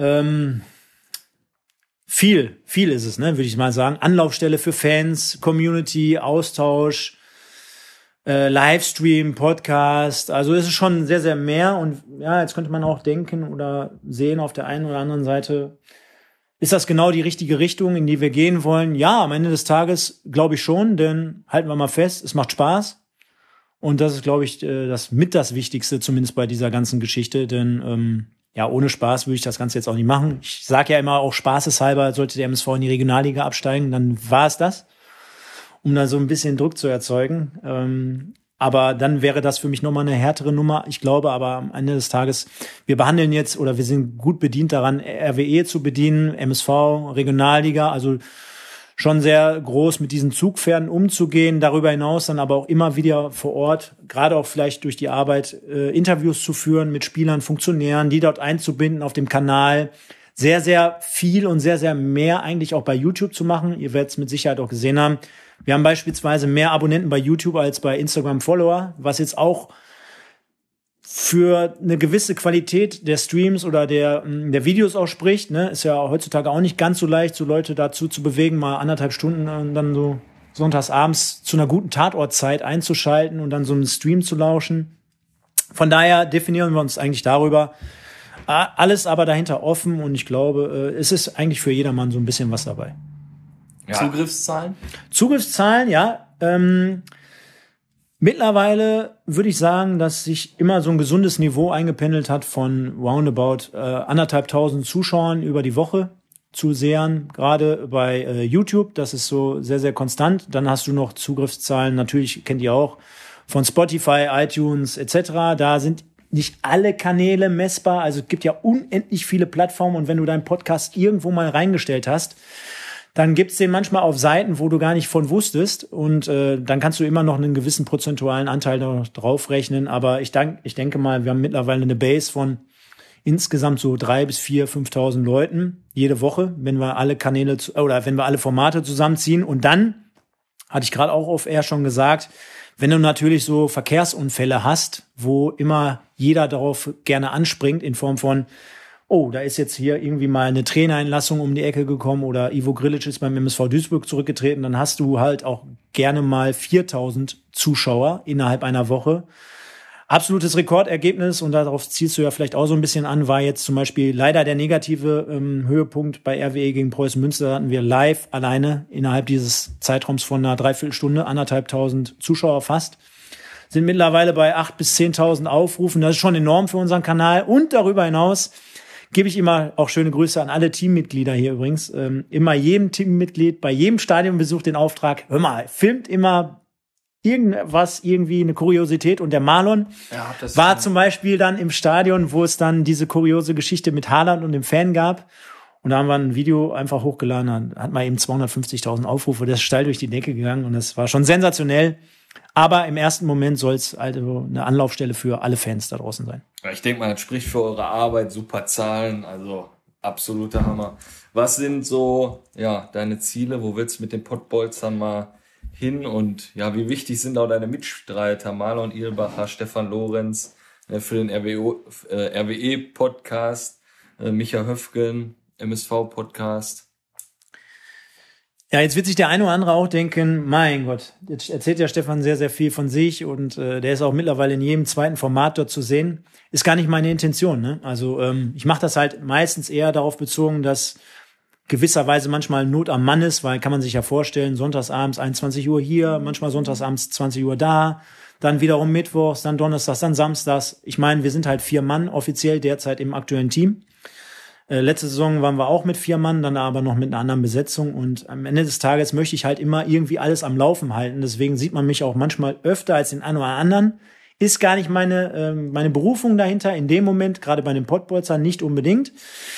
viel ist es, ne, würde ich mal sagen. Anlaufstelle für Fans, Community, Austausch, Livestream, Podcast, also es ist schon sehr, sehr mehr und ja, jetzt könnte man auch denken oder sehen auf der einen oder anderen Seite, ist das genau die richtige Richtung, in die wir gehen wollen? Ja, am Ende des Tages glaube ich schon, denn halten wir mal fest, es macht Spaß Und das ist, glaube ich, das Wichtigste, zumindest bei dieser ganzen Geschichte. Denn ohne Spaß würde ich das Ganze jetzt auch nicht machen. Ich sage ja immer, auch spaßeshalber sollte der MSV in die Regionalliga absteigen. Dann war es das, um da so ein bisschen Druck zu erzeugen. Aber dann wäre das für mich nochmal eine härtere Nummer. Ich glaube aber am Ende des Tages, wir behandeln jetzt oder wir sind gut bedient daran, RWE zu bedienen, MSV, Regionalliga, also schon sehr groß mit diesen Zugpferden umzugehen. Darüber hinaus dann aber auch immer wieder vor Ort, gerade auch vielleicht durch die Arbeit, Interviews zu führen mit Spielern, Funktionären, die dort einzubinden auf dem Kanal. Sehr, sehr viel und sehr, sehr mehr eigentlich auch bei YouTube zu machen. Ihr werdet es mit Sicherheit auch gesehen haben. Wir haben beispielsweise mehr Abonnenten bei YouTube als bei Instagram Follower, was jetzt auch für eine gewisse Qualität der Streams oder der Videos auch spricht. Ne? Ist ja heutzutage auch nicht ganz so leicht, so Leute dazu zu bewegen, mal 1,5 Stunden und dann so sonntagsabends zu einer guten Tatortzeit einzuschalten und dann so einen Stream zu lauschen. Von daher definieren wir uns eigentlich darüber. Alles aber dahinter offen und ich glaube, es ist eigentlich für jedermann so ein bisschen was dabei. Ja. Zugriffszahlen, ja. Mittlerweile würde ich sagen, dass sich immer so ein gesundes Niveau eingependelt hat von roundabout 1.500 Zuschauern über die Woche, Zusehern, gerade bei YouTube. Das ist so sehr, sehr konstant. Dann hast du noch Zugriffszahlen, natürlich kennt ihr auch, von Spotify, iTunes etc. Da sind nicht alle Kanäle messbar. Also es gibt ja unendlich viele Plattformen und wenn du deinen Podcast irgendwo mal reingestellt hast, dann gibt's den manchmal auf Seiten, wo du gar nicht von wusstest. Und dann kannst du immer noch einen gewissen prozentualen Anteil noch draufrechnen. Aber ich denke mal, wir haben mittlerweile eine Base von insgesamt so 3.000 bis 4.000, 5.000 Leuten jede Woche, wenn wir alle Kanäle oder wenn wir alle Formate zusammenziehen. Und dann, hatte ich gerade auch auf Air schon gesagt, wenn du natürlich so Verkehrsunfälle hast, wo immer jeder darauf gerne anspringt in Form von oh, da ist jetzt hier irgendwie mal eine Trainerentlassung um die Ecke gekommen oder Ivo Grilic ist beim MSV Duisburg zurückgetreten, dann hast du halt auch gerne mal 4.000 Zuschauer innerhalb einer Woche. Absolutes Rekordergebnis und darauf zielst du ja vielleicht auch so ein bisschen an, war jetzt zum Beispiel leider der negative Höhepunkt bei RWE gegen Preußen Münster. Da hatten wir live alleine innerhalb dieses Zeitraums von einer Dreiviertelstunde 1.500 Zuschauer fast. Sind mittlerweile bei 8.000 bis 10.000 Aufrufen. Das ist schon enorm für unseren Kanal und darüber hinaus gebe ich immer auch schöne Grüße an alle Teammitglieder hier übrigens. Immer jedem Teammitglied, bei jedem Stadionbesuch den Auftrag, hör mal, filmt immer irgendwas, irgendwie eine Kuriosität. Und der Marlon war zum Beispiel dann im Stadion, wo es dann diese kuriose Geschichte mit Haaland und dem Fan gab. Und da haben wir ein Video einfach hochgeladen, hat mal eben 250.000 Aufrufe, das ist steil durch die Decke gegangen und das war schon sensationell. Aber im ersten Moment soll es also eine Anlaufstelle für alle Fans da draußen sein. Ich denke mal, das spricht für eure Arbeit, super Zahlen, also absoluter Hammer. Was sind so deine Ziele? Wo willst du mit den Pottbolzern mal hin? Und ja, wie wichtig sind auch deine Mitstreiter, Marlon Irlbacher, Stefan Lorenz für den RWE-Podcast, Micha Höfgen, MSV-Podcast? Ja, jetzt wird sich der eine oder andere auch denken, mein Gott, jetzt erzählt ja Stefan sehr, sehr viel von sich und der ist auch mittlerweile in jedem zweiten Format dort zu sehen. Ist gar nicht meine Intention, ne? Also ich mache das halt meistens eher darauf bezogen, dass gewisserweise manchmal Not am Mann ist, weil kann man sich ja vorstellen, sonntagsabends 21 Uhr hier, manchmal sonntagsabends 20 Uhr da, dann wiederum mittwochs, dann donnerstags, dann samstags. Ich meine, wir sind halt 4 Mann offiziell derzeit im aktuellen Team. Letzte Saison waren wir auch mit 4 Mann, dann aber noch mit einer anderen Besetzung und am Ende des Tages möchte ich halt immer irgendwie alles am Laufen halten. Deswegen sieht man mich auch manchmal öfter als den einen oder anderen. Ist gar nicht meine Berufung dahinter, in dem Moment, gerade bei den Pottbolzern nicht unbedingt.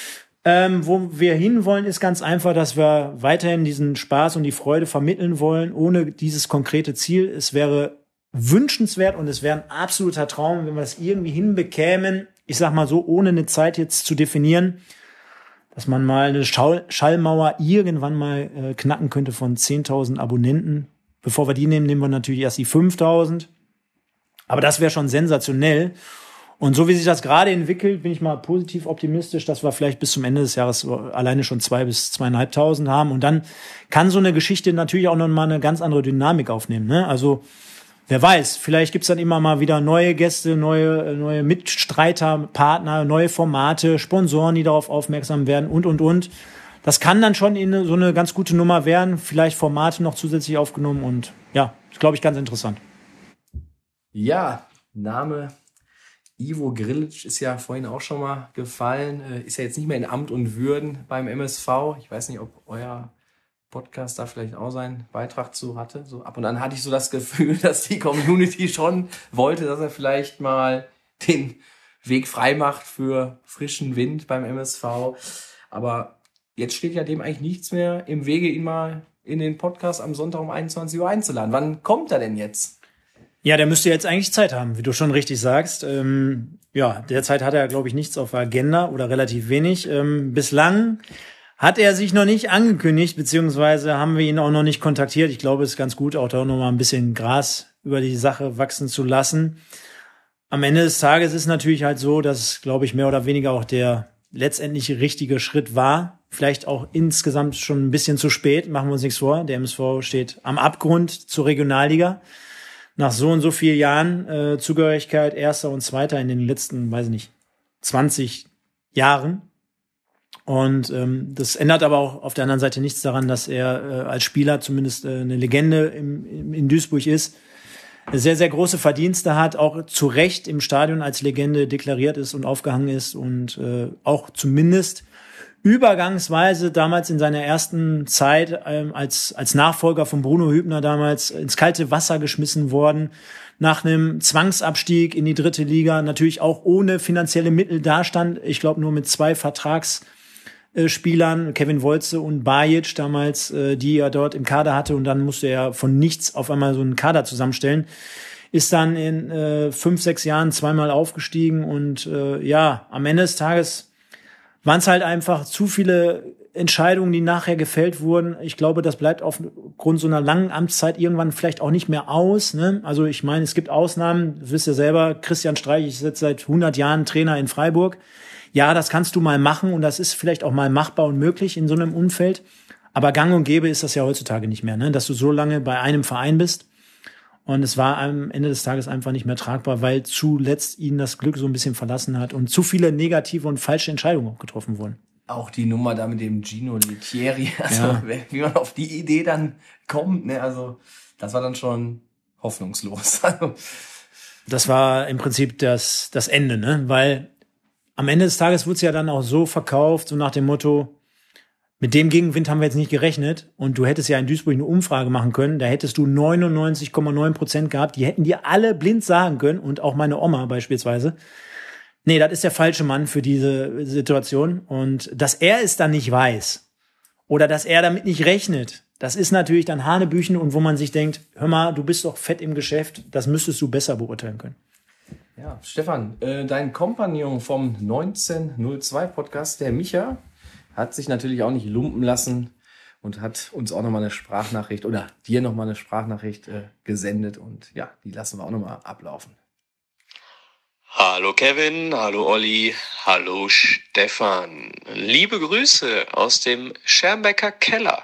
Wo wir hinwollen, ist ganz einfach, dass wir weiterhin diesen Spaß und die Freude vermitteln wollen, ohne dieses konkrete Ziel. Es wäre wünschenswert und es wäre ein absoluter Traum, wenn wir es irgendwie hinbekämen, ich sag mal so, ohne eine Zeit jetzt zu definieren, dass man mal eine Schallmauer irgendwann mal knacken könnte von 10.000 Abonnenten. Bevor wir die nehmen, nehmen wir natürlich erst die 5.000. Aber das wäre schon sensationell. Und so wie sich das gerade entwickelt, bin ich mal positiv optimistisch, dass wir vielleicht bis zum Ende des Jahres alleine schon 2.000 bis 2.500 haben. Und dann kann so eine Geschichte natürlich auch noch mal eine ganz andere Dynamik aufnehmen, ne? Also wer weiß, vielleicht gibt's dann immer mal wieder neue Gäste, neue Mitstreiter, Partner, neue Formate, Sponsoren, die darauf aufmerksam werden und. Das kann dann schon in so eine ganz gute Nummer werden, vielleicht Formate noch zusätzlich aufgenommen und ja, ist, glaube ich, ganz interessant. Ja, Name Ivo Grilic ist ja vorhin auch schon mal gefallen. Ist ja jetzt nicht mehr in Amt und Würden beim MSV. Ich weiß nicht, ob euer Podcast da vielleicht auch seinen Beitrag zu hatte. So ab und an hatte ich so das Gefühl, dass die Community schon wollte, dass er vielleicht mal den Weg frei macht für frischen Wind beim MSV. Aber jetzt steht ja dem eigentlich nichts mehr im Wege, ihn mal in den Podcast am Sonntag um 21 Uhr einzuladen. Wann kommt er denn jetzt? Ja, der müsste jetzt eigentlich Zeit haben, wie du schon richtig sagst. Derzeit hat er, glaube ich, nichts auf der Agenda oder relativ wenig. Bislang hat er sich noch nicht angekündigt, beziehungsweise haben wir ihn auch noch nicht kontaktiert. Ich glaube, es ist ganz gut, auch da noch mal ein bisschen Gras über die Sache wachsen zu lassen. Am Ende des Tages ist natürlich halt so, dass, glaube ich, mehr oder weniger auch der letztendlich richtige Schritt war. Vielleicht auch insgesamt schon ein bisschen zu spät, machen wir uns nichts vor. Der MSV steht am Abgrund zur Regionalliga. Nach so und so vielen Jahren Zugehörigkeit Erster und Zweiter in den letzten, 20 Jahren. Und das ändert aber auch auf der anderen Seite nichts daran, dass er als Spieler zumindest eine Legende in Duisburg ist, sehr, sehr große Verdienste hat, auch zu Recht im Stadion als Legende deklariert ist und aufgehangen ist und auch zumindest übergangsweise damals in seiner ersten Zeit als Nachfolger von Bruno Hübner damals ins kalte Wasser geschmissen worden, nach einem Zwangsabstieg in die 3. Liga, natürlich auch ohne finanzielle Mittel dastand. Ich glaube nur mit 2 Vertragsspielern, Kevin Wolze und Bajic damals, die er dort im Kader hatte, und dann musste er von nichts auf einmal so einen Kader zusammenstellen. Ist dann in 5-6 Jahren zweimal aufgestiegen und am Ende des Tages waren es halt einfach zu viele Entscheidungen, die nachher gefällt wurden. Ich glaube, das bleibt aufgrund so einer langen Amtszeit irgendwann vielleicht auch nicht mehr aus. Ne? Also ich meine, es gibt Ausnahmen. Du wisst ja selber, Christian Streich ist jetzt seit 100 Jahren Trainer in Freiburg. Ja, das kannst du mal machen und das ist vielleicht auch mal machbar und möglich in so einem Umfeld. Aber gang und gäbe ist das ja heutzutage nicht mehr, ne? Dass du so lange bei einem Verein bist. Und es war am Ende des Tages einfach nicht mehr tragbar, weil zuletzt ihn das Glück so ein bisschen verlassen hat und zu viele negative und falsche Entscheidungen auch getroffen wurden. Auch die Nummer da mit dem Gino Lettieri, wie man auf die Idee dann kommt, ne? Also das war dann schon hoffnungslos. Das war im Prinzip das Ende, ne? Weil am Ende des Tages wurde es ja dann auch so verkauft, so nach dem Motto, mit dem Gegenwind haben wir jetzt nicht gerechnet und du hättest ja in Duisburg eine Umfrage machen können, da hättest du 99,9% gehabt, die hätten dir alle blind sagen können und auch meine Oma beispielsweise. Nee, das ist der falsche Mann für diese Situation und dass er es dann nicht weiß oder dass er damit nicht rechnet, das ist natürlich dann Hanebüchen und wo man sich denkt, hör mal, du bist doch fett im Geschäft, das müsstest du besser beurteilen können. Ja, Stefan, dein Kompagnon vom 1902 Podcast, der Micha, hat sich natürlich auch nicht lumpen lassen und hat uns auch nochmal eine Sprachnachricht oder dir nochmal eine Sprachnachricht gesendet. Und ja, die lassen wir auch nochmal ablaufen. Hallo Kevin, hallo Olli, hallo Stefan. Liebe Grüße aus dem Schermbecker Keller.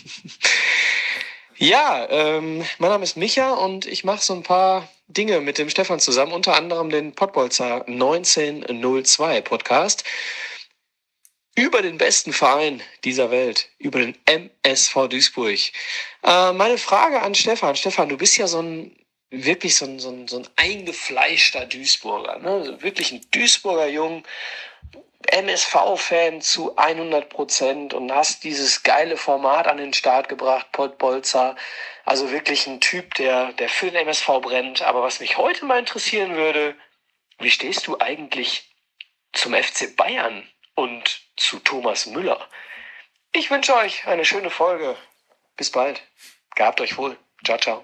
Mein Name ist Micha und ich mache so ein paar Dinge mit dem Stefan zusammen, unter anderem den Pottbolzer 1902 Podcast. Über den besten Verein dieser Welt, über den MSV Duisburg. Meine Frage an Stefan. Stefan, du bist ja so ein eingefleischter Duisburger, ne? Wirklich ein Duisburger Jung, MSV-Fan zu 100% und hast dieses geile Format an den Start gebracht, Pottbolzer. Also wirklich ein Typ, der für den MSV brennt. Aber was mich heute mal interessieren würde, wie stehst du eigentlich zum FC Bayern und zu Thomas Müller? Ich wünsche euch eine schöne Folge. Bis bald. Gehabt euch wohl. Ciao, ciao.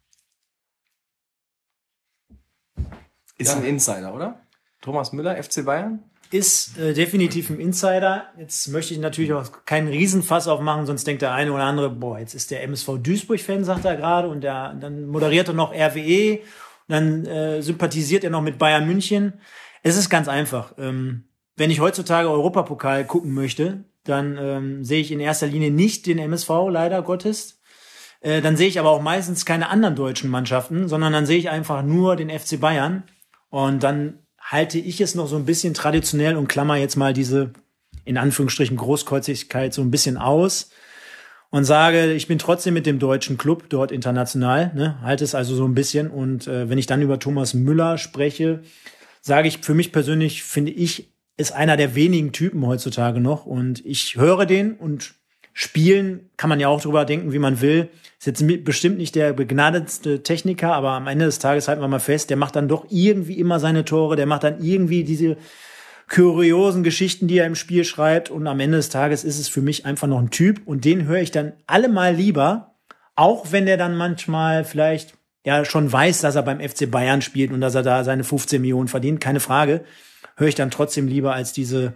Ist ein Insider, oder? Thomas Müller, FC Bayern? Ist definitiv ein Insider. Jetzt möchte ich natürlich auch keinen Riesenfass aufmachen, sonst denkt der eine oder andere, jetzt ist der MSV Duisburg-Fan, sagt er gerade, und dann moderiert er noch RWE, und dann sympathisiert er noch mit Bayern München. Es ist ganz einfach. Wenn ich heutzutage Europapokal gucken möchte, dann sehe ich in erster Linie nicht den MSV, leider Gottes. Dann sehe ich aber auch meistens keine anderen deutschen Mannschaften, sondern dann sehe ich einfach nur den FC Bayern. Und dann halte ich es noch so ein bisschen traditionell und klammer jetzt mal diese, in Anführungsstrichen, Großkreuzigkeit so ein bisschen aus und sage, ich bin trotzdem mit dem deutschen Club dort international, ne, halte es also so ein bisschen. Und wenn ich dann über Thomas Müller spreche, sage ich, für mich persönlich finde ich, ist einer der wenigen Typen heutzutage noch. Und ich höre den und spielen kann man ja auch drüber denken, wie man will. Ist jetzt bestimmt nicht der begnadetste Techniker, aber am Ende des Tages halten wir mal fest, der macht dann doch irgendwie immer seine Tore, der macht dann irgendwie diese kuriosen Geschichten, die er im Spiel schreibt. Und am Ende des Tages ist es für mich einfach noch ein Typ. Und den höre ich dann allemal lieber, auch wenn der dann manchmal vielleicht ja schon weiß, dass er beim FC Bayern spielt und dass er da seine 15 Millionen verdient, keine Frage, höre ich dann trotzdem lieber als diese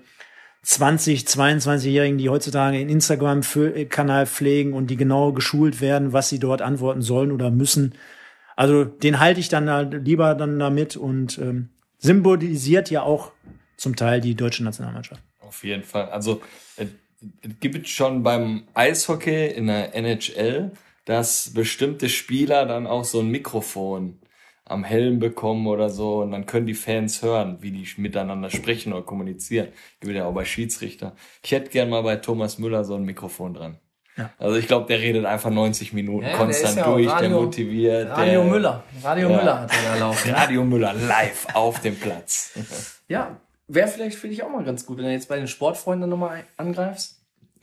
20-, 22-Jährigen, die heutzutage einen Instagram-Kanal pflegen und die genau geschult werden, was sie dort antworten sollen oder müssen. Also den halte ich dann lieber dann damit und symbolisiert ja auch zum Teil die deutsche Nationalmannschaft. Auf jeden Fall. Also es gibt schon beim Eishockey in der NHL, dass bestimmte Spieler dann auch so ein Mikrofon am Helm bekommen oder so und dann können die Fans hören, wie die miteinander sprechen oder kommunizieren. Gibt ja auch bei Schiedsrichter. Ich hätte gern mal bei Thomas Müller so ein Mikrofon dran. Ja. Also ich glaube, der redet einfach 90 Minuten konstant der durch, der motiviert. Radio Müller hat er da laufen. Radio Müller live auf dem Platz. Ja, wäre vielleicht für dich auch mal ganz gut, wenn du jetzt bei den Sportfreunden nochmal angreifst.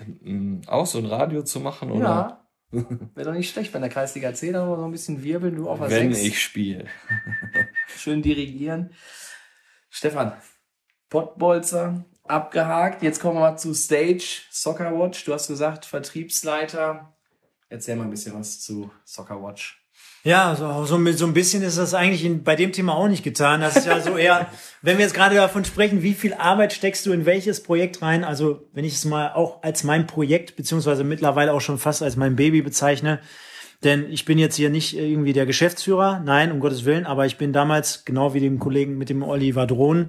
Auch so ein Radio zu machen, oder? Ja. Wäre doch nicht schlecht, wenn der Kreisliga C dann mal so ein bisschen wirbeln, du auf der 6. Wenn ich spiele. Schön dirigieren. Stefan, Pottbolzer, abgehakt. Jetzt kommen wir mal zu Stage, Soccer Watch. Du hast gesagt, Vertriebsleiter. Erzähl mal ein bisschen was zu Soccer Watch. Ja, so ein bisschen ist das eigentlich bei dem Thema auch nicht getan. Das ist ja so eher, wenn wir jetzt gerade davon sprechen, wie viel Arbeit steckst du in welches Projekt rein? Also wenn ich es mal auch als mein Projekt, beziehungsweise mittlerweile auch schon fast als mein Baby bezeichne, denn ich bin jetzt hier nicht irgendwie der Geschäftsführer, nein, um Gottes Willen, aber ich bin damals, genau wie dem Kollegen mit dem Oliver Drohn,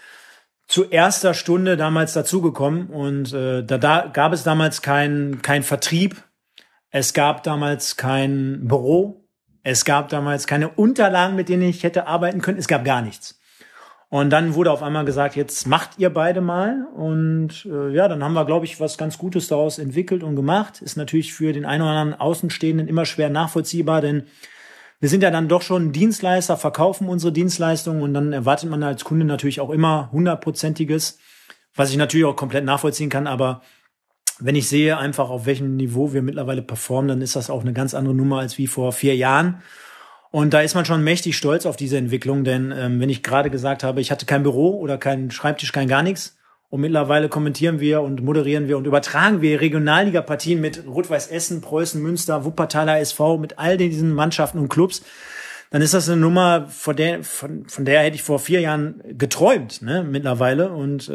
zu erster Stunde damals dazugekommen und da gab es damals kein Vertrieb, es gab damals kein Büro, es gab damals keine Unterlagen, mit denen ich hätte arbeiten können. Es gab gar nichts. Und dann wurde auf einmal gesagt, jetzt macht ihr beide mal. Und dann haben wir, glaube ich, was ganz Gutes daraus entwickelt und gemacht. Ist natürlich für den einen oder anderen Außenstehenden immer schwer nachvollziehbar, denn wir sind ja dann doch schon Dienstleister, verkaufen unsere Dienstleistungen und dann erwartet man als Kunde natürlich auch immer 100%iges, was ich natürlich auch komplett nachvollziehen kann, aber wenn ich sehe einfach, auf welchem Niveau wir mittlerweile performen, dann ist das auch eine ganz andere Nummer als wie vor 4 Jahren. Und da ist man schon mächtig stolz auf diese Entwicklung, denn wenn ich gerade gesagt habe, ich hatte kein Büro oder keinen Schreibtisch, kein gar nichts, und mittlerweile kommentieren wir und moderieren wir und übertragen wir Regionalliga-Partien mit Rot-Weiß Essen, Preußen, Münster, Wuppertaler SV, mit all diesen Mannschaften und Clubs, dann ist das eine Nummer, von der hätte ich vor 4 Jahren geträumt, ne, mittlerweile und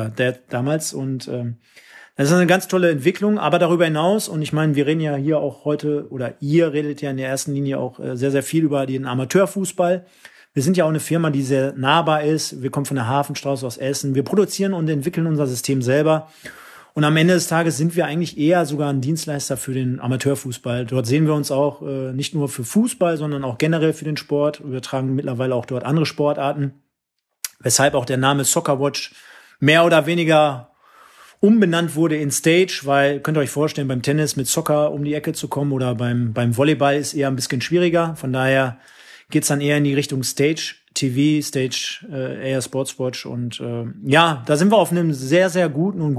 damals und das ist eine ganz tolle Entwicklung, aber darüber hinaus, und ich meine, wir reden ja hier auch heute, oder ihr redet ja in der ersten Linie auch sehr, sehr viel über den Amateurfußball. Wir sind ja auch eine Firma, die sehr nahbar ist. Wir kommen von der Hafenstraße aus Essen. Wir produzieren und entwickeln unser System selber. Und am Ende des Tages sind wir eigentlich eher sogar ein Dienstleister für den Amateurfußball. Dort sehen wir uns auch nicht nur für Fußball, sondern auch generell für den Sport. Wir tragen mittlerweile auch dort andere Sportarten, weshalb auch der Name Soccer Watch mehr oder weniger umbenannt wurde in Stage, weil, könnt ihr euch vorstellen, beim Tennis mit Soccer um die Ecke zu kommen oder beim Volleyball ist eher ein bisschen schwieriger. Von daher geht's dann eher in die Richtung Stage TV, Stage eher Sportswatch und da sind wir auf einem sehr, sehr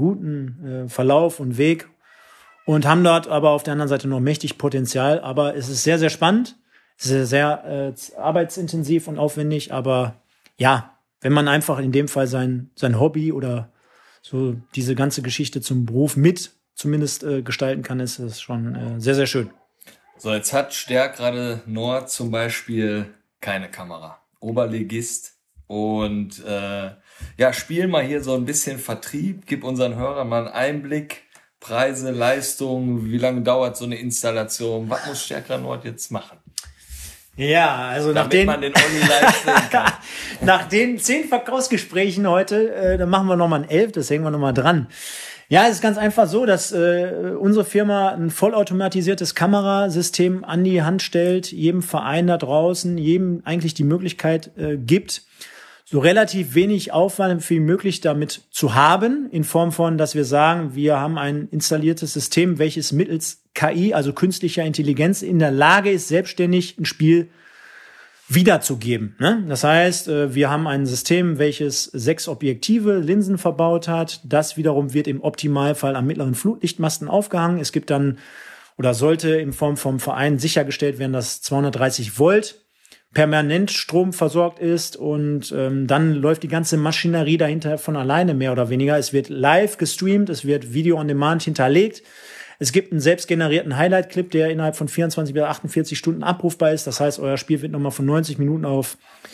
guten Verlauf und Weg und haben dort aber auf der anderen Seite noch mächtig Potenzial. Aber es ist sehr, sehr spannend, sehr, sehr arbeitsintensiv und aufwendig. Aber ja, wenn man einfach in dem Fall sein Hobby oder so diese ganze Geschichte zum Beruf mit zumindest gestalten kann, ist es schon sehr, sehr schön. So, jetzt hat Stärkrade Nord zum Beispiel keine Kamera. Oberligist und spielen mal hier so ein bisschen Vertrieb, gib unseren Hörern mal einen Einblick, Preise, Leistungen, wie lange dauert so eine Installation, was muss Stärkrade Nord jetzt machen? Ja, also man den Olli live sehen kann. Nach den 10 Verkaufsgesprächen heute, dann machen wir nochmal ein 11, das hängen wir nochmal dran. Ja, es ist ganz einfach so, dass unsere Firma ein vollautomatisiertes Kamerasystem an die Hand stellt, jedem Verein da draußen, jedem eigentlich die Möglichkeit gibt, so relativ wenig Aufwand wie möglich damit zu haben, in Form von, dass wir sagen, wir haben ein installiertes System, welches mittels KI, also künstlicher Intelligenz, in der Lage ist, selbstständig ein Spiel wiederzugeben. Ne? Das heißt, wir haben ein System, welches 6 objektive Linsen verbaut hat. Das wiederum wird im Optimalfall am mittleren Flutlichtmasten aufgehangen. Es gibt dann oder sollte in Form vom Verein sichergestellt werden, dass 230 Volt permanent Strom versorgt ist und dann läuft die ganze Maschinerie dahinter von alleine mehr oder weniger. Es wird live gestreamt, es wird Video on Demand hinterlegt. Es gibt einen selbstgenerierten Highlight-Clip, der innerhalb von 24 bis 48 Stunden abrufbar ist. Das heißt, euer Spiel wird nochmal von 90 Minuten auf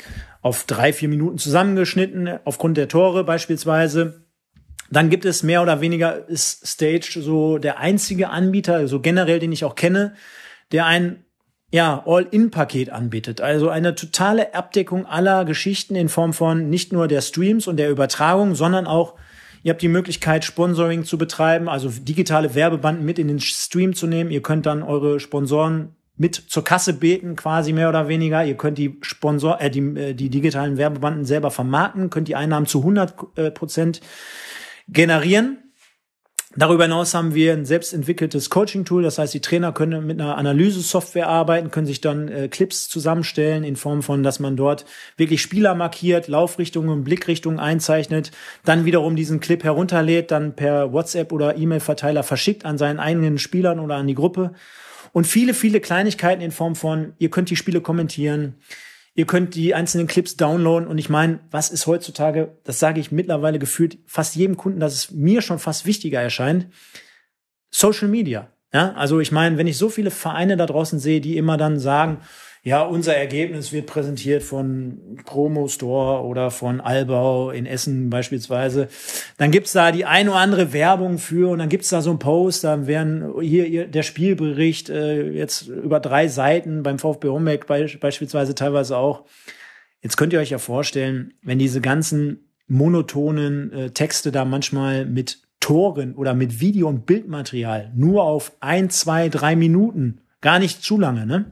3-4 Minuten zusammengeschnitten, aufgrund der Tore beispielsweise. Dann gibt es mehr oder weniger, ist Stage so der einzige Anbieter, so generell, den ich auch kenne, der ein All-In-Paket anbietet. Also eine totale Abdeckung aller Geschichten in Form von nicht nur der Streams und der Übertragung, sondern auch ihr habt die Möglichkeit, Sponsoring zu betreiben, also digitale Werbebanden mit in den Stream zu nehmen. Ihr könnt dann eure Sponsoren mit zur Kasse beten, quasi mehr oder weniger. Ihr könnt die digitalen Werbebanden selber vermarkten, könnt die Einnahmen zu 100% generieren. Darüber hinaus haben wir ein selbstentwickeltes Coaching-Tool. Das heißt, die Trainer können mit einer Analyse-Software arbeiten, können sich dann Clips zusammenstellen in Form von, dass man dort wirklich Spieler markiert, Laufrichtungen, Blickrichtungen einzeichnet, dann wiederum diesen Clip herunterlädt, dann per WhatsApp oder E-Mail-Verteiler verschickt an seinen eigenen Spielern oder an die Gruppe. Und viele, viele Kleinigkeiten in Form von, ihr könnt die Spiele kommentieren, ihr könnt die einzelnen Clips downloaden. Und ich meine, was ist heutzutage, das sage ich mittlerweile gefühlt fast jedem Kunden, dass es mir schon fast wichtiger erscheint, Social Media. Ja, also ich meine, wenn ich so viele Vereine da draußen sehe, die immer dann sagen, ja, unser Ergebnis wird präsentiert von Promo Store oder von Albau in Essen beispielsweise, dann gibt's da die eine oder andere Werbung für und dann gibt's da so einen Post, dann werden hier der Spielbericht jetzt über 3 Seiten beim VfB Homberg beispielsweise teilweise auch. Jetzt könnt ihr euch ja vorstellen, wenn diese ganzen monotonen Texte da manchmal mit Toren oder mit Video- und Bildmaterial nur auf 1, 2, 3 Minuten, gar nicht zu lange, ne?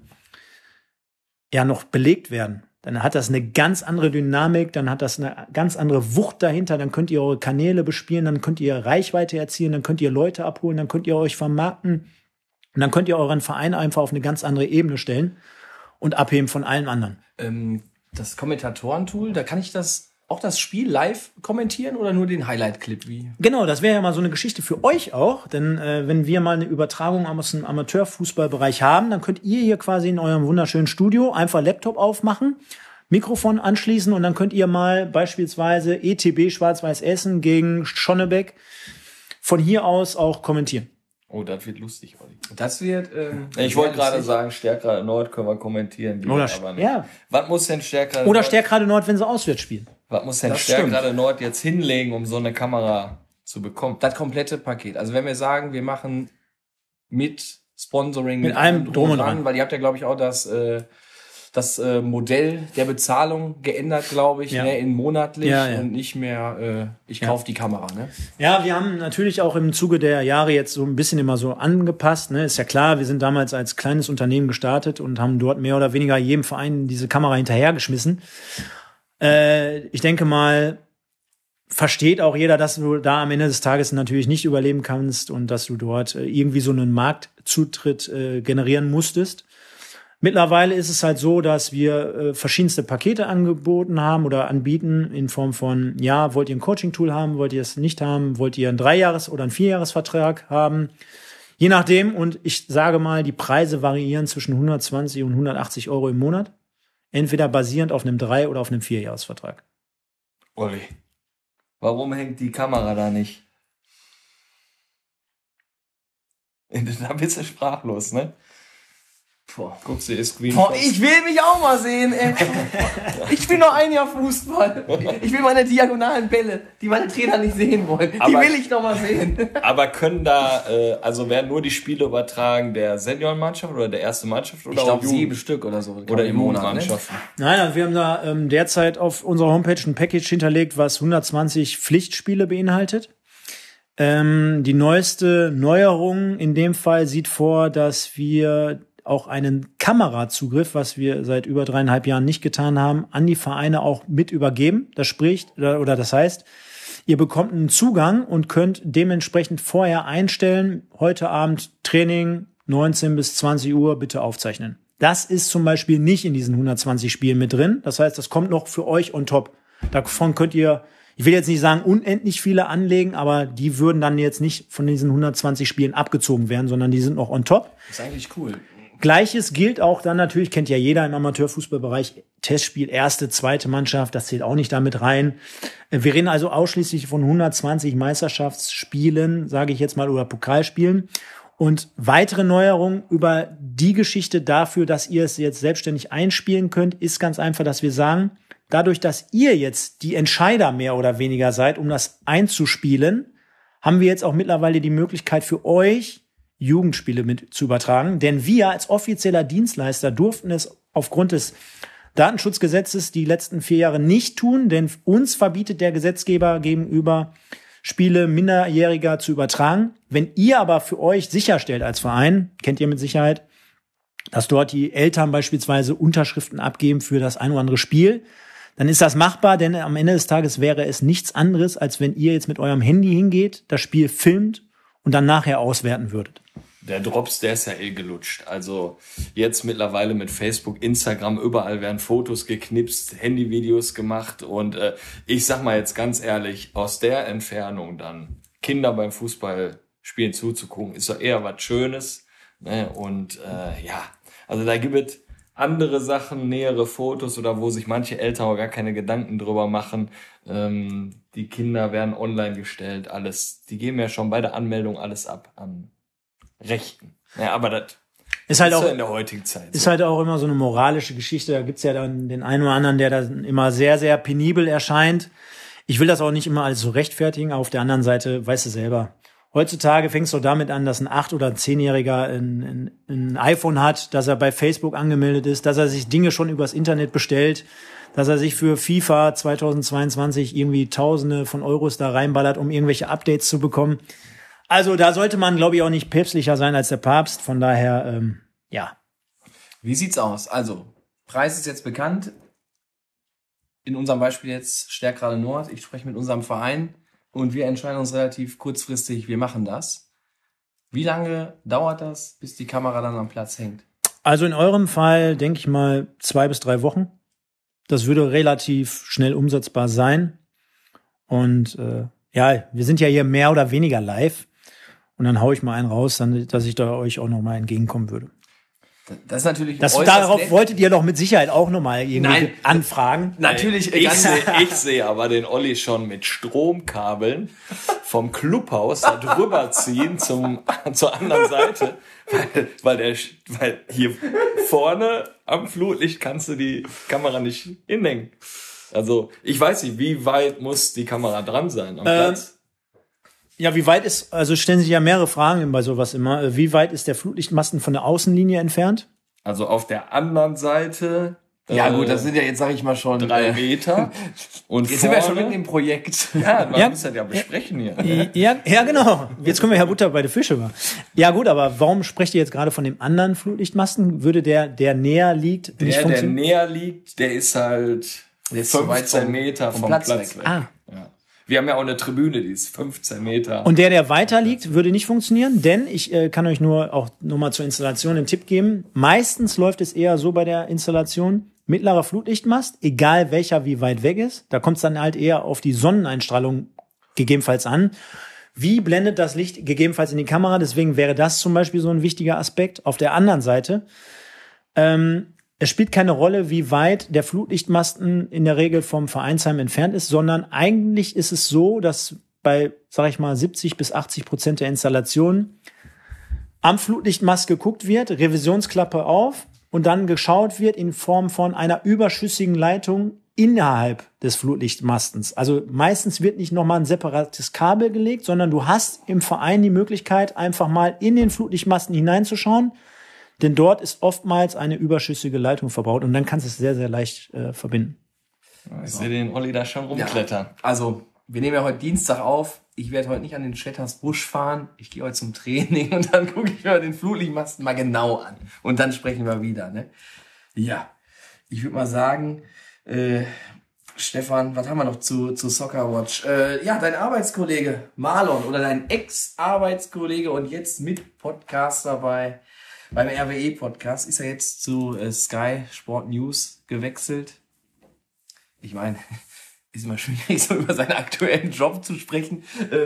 Ja, noch belegt werden, dann hat das eine ganz andere Dynamik, dann hat das eine ganz andere Wucht dahinter, dann könnt ihr eure Kanäle bespielen, dann könnt ihr Reichweite erzielen, dann könnt ihr Leute abholen, dann könnt ihr euch vermarkten und dann könnt ihr euren Verein einfach auf eine ganz andere Ebene stellen und abheben von allen anderen. Das Kommentatoren-Tool, da kann ich auch das Spiel live kommentieren oder nur den Highlight-Clip? Wie? Genau, das wäre ja mal so eine Geschichte für euch auch, denn wenn wir mal eine Übertragung aus dem Amateurfußballbereich haben, dann könnt ihr hier quasi in eurem wunderschönen Studio einfach Laptop aufmachen, Mikrofon anschließen und dann könnt ihr mal beispielsweise ETB Schwarz-Weiß Essen gegen Schonnebeck von hier aus auch kommentieren. Oh, das wird lustig, Olli. Das wird. Ich wollte gerade sagen, Stärkrade Nord können wir kommentieren. Oder aber nicht. Ja. Was muss denn Stärkrade Oder Nord? Stärkrade Nord, wenn sie auswärts spielen. Was muss denn Das Stärkrade Nord jetzt hinlegen, um so eine Kamera zu bekommen? Das komplette Paket. Also wenn wir sagen, wir machen mit Sponsoring, mit allem drum und dran, weil ihr habt ja, glaube ich, auch das Modell der Bezahlung geändert, glaube ich, ne, in monatlich und nicht mehr ich kaufe die Kamera. Ne? Ja, wir haben natürlich auch im Zuge der Jahre jetzt so ein bisschen immer so angepasst. Ne? Ist ja klar, wir sind damals als kleines Unternehmen gestartet und haben dort mehr oder weniger jedem Verein diese Kamera hinterhergeschmissen. Ich denke mal, versteht auch jeder, dass du da am Ende des Tages natürlich nicht überleben kannst und dass du dort irgendwie so einen Marktzutritt generieren musstest. Mittlerweile ist es halt so, dass wir verschiedenste Pakete angeboten haben oder anbieten in Form von, ja, wollt ihr ein Coaching-Tool haben, wollt ihr es nicht haben, wollt ihr einen 3-Jahres- oder einen 4-Jahres-Vertrag haben, je nachdem. Und ich sage mal, die Preise variieren zwischen 120 und 180 Euro im Monat, entweder basierend auf einem 3- oder auf einem 4-Jahres-Vertrag. Olli, warum hängt die Kamera da nicht? Da bist du sprachlos, ne? Boah. Guckst du, ist Green. Boah, ich will mich auch mal sehen, ey. Ich spiele noch ein Jahr Fußball. Ich will meine diagonalen Bälle, die meine Trainer nicht sehen wollen. Die will ich noch mal sehen. Aber können da, also werden nur die Spiele übertragen der Seniorenmannschaft oder der erste Mannschaft? Oder Ich glaube, auch 7 Stück oder so. Oder im Monat, ne? Jugendmannschaften? Nein, also wir haben da derzeit auf unserer Homepage ein Package hinterlegt, was 120 Pflichtspiele beinhaltet. Die neueste Neuerung in dem Fall sieht vor, dass wir auch einen Kamerazugriff, was wir seit über 3,5 Jahren nicht getan haben, an die Vereine auch mit übergeben. Das spricht, oder das heißt, ihr bekommt einen Zugang und könnt dementsprechend vorher einstellen, heute Abend Training 19 bis 20 Uhr bitte aufzeichnen. Das ist zum Beispiel nicht in diesen 120 Spielen mit drin. Das heißt, das kommt noch für euch on top. Davon könnt ihr, ich will jetzt nicht sagen unendlich viele anlegen, aber die würden dann jetzt nicht von diesen 120 Spielen abgezogen werden, sondern die sind noch on top. Das ist eigentlich cool. Gleiches gilt auch dann natürlich, kennt ja jeder im Amateurfußballbereich, Testspiel, erste, zweite Mannschaft, das zählt auch nicht damit rein. Wir reden also ausschließlich von 120 Meisterschaftsspielen, sage ich jetzt mal, oder Pokalspielen. Und weitere Neuerungen über die Geschichte dafür, dass ihr es jetzt selbstständig einspielen könnt, ist ganz einfach, dass wir sagen, dadurch, dass ihr jetzt die Entscheider mehr oder weniger seid, um das einzuspielen, haben wir jetzt auch mittlerweile die Möglichkeit für euch, Jugendspiele mit zu übertragen. Denn wir als offizieller Dienstleister durften es aufgrund des Datenschutzgesetzes die letzten 4 Jahre nicht tun, denn uns verbietet der Gesetzgeber gegenüber, Spiele Minderjähriger zu übertragen. Wenn ihr aber für euch sicherstellt als Verein, kennt ihr mit Sicherheit, dass dort die Eltern beispielsweise Unterschriften abgeben für das ein oder andere Spiel, dann ist das machbar, denn am Ende des Tages wäre es nichts anderes, als wenn ihr jetzt mit eurem Handy hingeht, das Spiel filmt und dann nachher auswerten würdet. Der Drops, der ist ja gelutscht. Also jetzt mittlerweile mit Facebook, Instagram, überall werden Fotos geknipst, Handyvideos gemacht und ich sag mal jetzt ganz ehrlich, aus der Entfernung dann Kinder beim Fußballspielen zuzugucken, ist doch eher was Schönes. Ne? Und also da gibt es andere Sachen, nähere Fotos oder wo sich manche Eltern auch gar keine Gedanken drüber machen. Die Kinder werden online gestellt, alles. Die geben ja schon bei der Anmeldung alles ab an Rechten. Ja, aber das ist halt auch in der heutigen Zeit. Ist halt auch immer so eine moralische Geschichte. Da gibt's ja dann den einen oder anderen, der da immer sehr, sehr penibel erscheint. Ich will das auch nicht immer alles so rechtfertigen. Auf der anderen Seite, weißt du selber, heutzutage fängst du damit an, dass ein 8- oder 10-Jähriger ein iPhone hat, dass er bei Facebook angemeldet ist, dass er sich Dinge schon übers Internet bestellt, dass er sich für FIFA 2022 irgendwie Tausende von Euros da reinballert, um irgendwelche Updates zu bekommen. Also da sollte man, glaube ich, auch nicht päpstlicher sein als der Papst. Von daher, ja. Wie sieht's aus? Also, Preis ist jetzt bekannt. In unserem Beispiel jetzt Stärkrade Nord. Ich spreche mit unserem Verein und wir entscheiden uns relativ kurzfristig, wir machen das. Wie lange dauert das, bis die Kamera dann am Platz hängt? Also in eurem Fall, denke ich mal, 2 bis 3 Wochen. Das würde relativ schnell umsetzbar sein. Und wir sind ja hier mehr oder weniger live. Und dann hau ich mal einen raus, dass ich da euch auch noch mal entgegenkommen würde. Das ist natürlich darauf nett. Wolltet ihr doch mit Sicherheit auch noch mal irgendwie anfragen. Natürlich. Ich sehe aber den Olli schon mit Stromkabeln vom Clubhaus da drüber ziehen zur anderen Seite, weil hier vorne am Flutlicht kannst du die Kamera nicht hinhängen. Also ich weiß nicht, wie weit muss die Kamera dran sein am Platz? Ja, wie weit ist, also stellen sich ja mehrere Fragen bei sowas immer. Wie weit ist der Flutlichtmasten von der Außenlinie entfernt? Also auf der anderen Seite. Ja gut, das sind ja jetzt, sag ich mal, schon 3 Meter. Und jetzt sind wir schon mitten im Projekt. Ja, man muss das ja besprechen hier. Ja, genau. Jetzt können wir ja Butter bei der Fische machen. Ja gut, aber warum sprecht ihr jetzt gerade von dem anderen Flutlichtmasten? Würde der näher liegt nicht funktionieren? Der näher liegt, der ist halt 15 Meter vom Platz weg. Ah. Ja. Wir haben ja auch eine Tribüne, die ist 15 Meter. Und der weiter liegt, würde nicht funktionieren, denn ich kann euch nur auch nochmal zur Installation einen Tipp geben. Meistens läuft es eher so bei der Installation, mittlerer Flutlichtmast, egal welcher wie weit weg ist. Da kommt es dann halt eher auf die Sonneneinstrahlung gegebenenfalls an. Wie blendet das Licht gegebenenfalls in die Kamera? Deswegen wäre das zum Beispiel so ein wichtiger Aspekt. Auf der anderen Seite, es spielt keine Rolle, wie weit der Flutlichtmasten in der Regel vom Vereinsheim entfernt ist, sondern eigentlich ist es so, dass bei, sag ich mal, 70-80% der Installationen am Flutlichtmast geguckt wird, Revisionsklappe auf und dann geschaut wird in Form von einer überschüssigen Leitung innerhalb des Flutlichtmastens. Also meistens wird nicht nochmal ein separates Kabel gelegt, sondern du hast im Verein die Möglichkeit, einfach mal in den Flutlichtmasten hineinzuschauen. Denn dort ist oftmals eine überschüssige Leitung verbaut und dann kannst du es sehr, sehr leicht verbinden. Ich sehe den Olli da schon rumklettern. Ja, also, wir nehmen ja heute Dienstag auf. Ich werde heute nicht an den Schletters Busch fahren. Ich gehe heute zum Training und dann gucke ich mir den Flutlichtmasten mal genau an. Und dann sprechen wir wieder. Ne? Ja, ich würde mal sagen, Stefan, was haben wir noch zu Soccer Watch? Ja, dein Arbeitskollege Marlon oder dein Ex-Arbeitskollege und jetzt Mitpodcaster beim RWE-Podcast ist ja jetzt zu Sky Sport News gewechselt. Ich meine, ist immer schwierig, so über seinen aktuellen Job zu sprechen.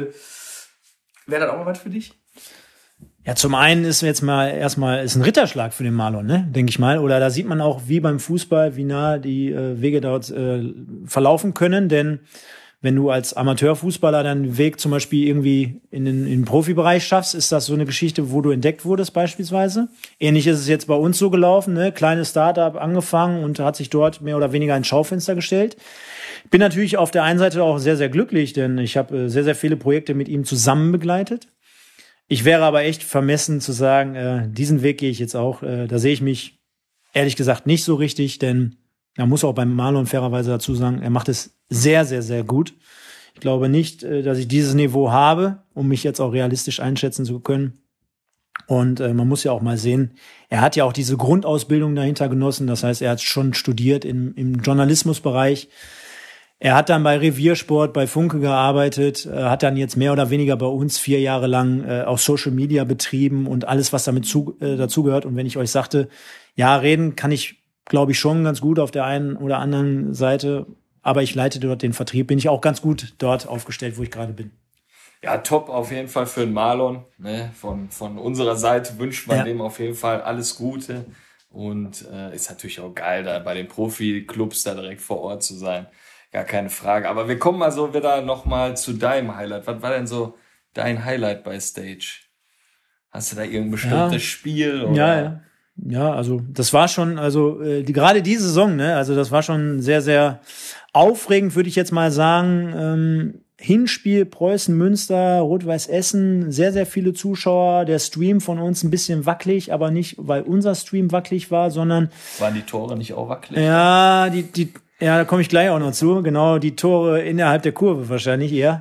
Wäre das auch mal was für dich? Ja, zum einen ist jetzt mal erstmal ist ein Ritterschlag für den Marlon, ne, denke ich mal. Oder da sieht man auch, wie beim Fußball, wie nah die Wege dort verlaufen können. Denn wenn du als Amateurfußballer deinen Weg zum Beispiel irgendwie in den Profibereich schaffst, ist das so eine Geschichte, wo du entdeckt wurdest beispielsweise. Ähnlich ist es jetzt bei uns so gelaufen, ne? Kleines Startup angefangen und hat sich dort mehr oder weniger ins Schaufenster gestellt. Bin natürlich auf der einen Seite auch sehr, sehr glücklich, denn ich habe sehr, sehr viele Projekte mit ihm zusammen begleitet. Ich wäre aber echt vermessen zu sagen, diesen Weg gehe ich jetzt auch. Da sehe ich mich ehrlich gesagt nicht so richtig, denn man muss auch beim Marlon fairerweise dazu sagen, er macht es sehr, sehr, sehr gut. Ich glaube nicht, dass ich dieses Niveau habe, um mich jetzt auch realistisch einschätzen zu können. Und man muss ja auch mal sehen, er hat ja auch diese Grundausbildung dahinter genossen. Das heißt, er hat schon studiert im Journalismusbereich. Er hat dann bei Reviersport, bei Funke gearbeitet, hat dann jetzt mehr oder weniger bei uns 4 Jahre lang auch Social Media betrieben und alles, was damit dazugehört. Und wenn ich euch sagte, ja, reden kann ich, glaube ich, schon ganz gut auf der einen oder anderen Seite, aber ich leite dort den Vertrieb, bin ich auch ganz gut dort aufgestellt, wo ich gerade bin. Ja, top auf jeden Fall für den Marlon. Ne? Von unserer Seite wünscht man dem auf jeden Fall alles Gute. Und ist natürlich auch geil, da bei den Profi-Clubs da direkt vor Ort zu sein. Gar keine Frage. Aber wir kommen mal so wieder nochmal zu deinem Highlight. Was war denn so dein Highlight bei Stage? Hast du da irgendein bestimmtes Spiel? Oder? Ja, also das war schon, gerade die Saison, ne, also das war schon sehr, sehr aufregend, würde ich jetzt mal sagen. Hinspiel Preußen-Münster, Rot-Weiß Essen, sehr, sehr viele Zuschauer. Der Stream von uns ein bisschen wackelig, aber nicht, weil unser Stream wackelig war, sondern... Waren die Tore nicht auch wackelig? Ja, ja, da komme ich gleich auch noch zu. Genau, die Tore innerhalb der Kurve wahrscheinlich eher.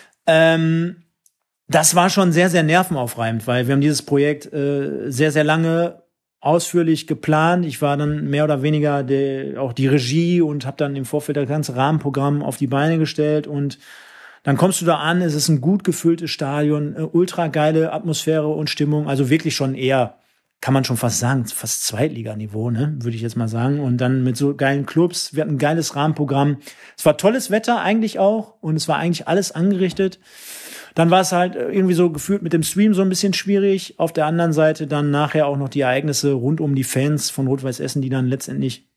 Das war schon sehr, sehr nervenaufreibend, weil wir haben dieses Projekt sehr, sehr lange ausführlich geplant. Ich war dann mehr oder weniger auch die Regie und habe dann im Vorfeld das ganze Rahmenprogramm auf die Beine gestellt. Und dann kommst du da an, es ist ein gut gefülltes Stadion, ultra geile Atmosphäre und Stimmung. Also wirklich schon eher, kann man schon fast sagen, fast Zweitliganiveau, ne, würde ich jetzt mal sagen. Und dann mit so geilen Clubs, wir hatten ein geiles Rahmenprogramm. Es war tolles Wetter eigentlich auch und es war eigentlich alles angerichtet. Dann war es halt irgendwie so gefühlt mit dem Stream so ein bisschen schwierig. Auf der anderen Seite dann nachher auch noch die Ereignisse rund um die Fans von Rot-Weiß Essen, die dann letztendlich,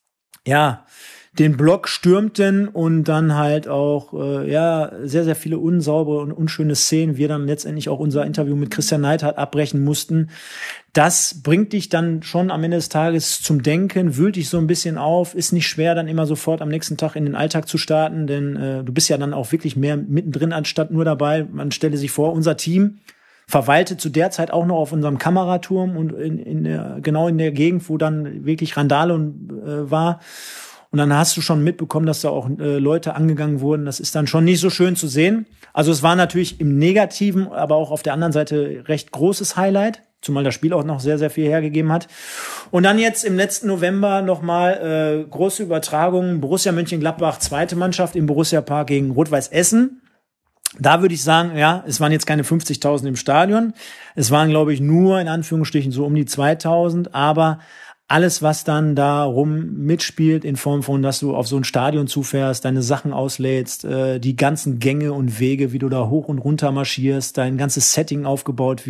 ja, den Block stürmten und dann halt auch sehr, sehr viele unsaubere und unschöne Szenen. Wir dann letztendlich auch unser Interview mit Christian Neidhardt abbrechen mussten. Das bringt dich dann schon am Ende des Tages zum Denken, wühlt dich so ein bisschen auf. Ist nicht schwer, dann immer sofort am nächsten Tag in den Alltag zu starten, denn du bist ja dann auch wirklich mehr mittendrin anstatt nur dabei. Man stelle sich vor, unser Team verweilte zu der Zeit auch noch auf unserem Kameraturm und genau in der Gegend, wo dann wirklich Randale war. Und dann hast du schon mitbekommen, dass da auch Leute angegangen wurden. Das ist dann schon nicht so schön zu sehen. Also es war natürlich im Negativen, aber auch auf der anderen Seite recht großes Highlight, zumal das Spiel auch noch sehr, sehr viel hergegeben hat. Und dann jetzt im letzten November nochmal große Übertragungen. Borussia Mönchengladbach, zweite Mannschaft im Borussia-Park gegen Rot-Weiß Essen. Da würde ich sagen, ja, es waren jetzt keine 50.000 im Stadion. Es waren, glaube ich, nur in Anführungsstrichen so um die 2.000, aber alles, was dann darum mitspielt, in Form von, dass du auf so ein Stadion zufährst, deine Sachen auslädst, die ganzen Gänge und Wege, wie du da hoch und runter marschierst, dein ganzes Setting aufgebaut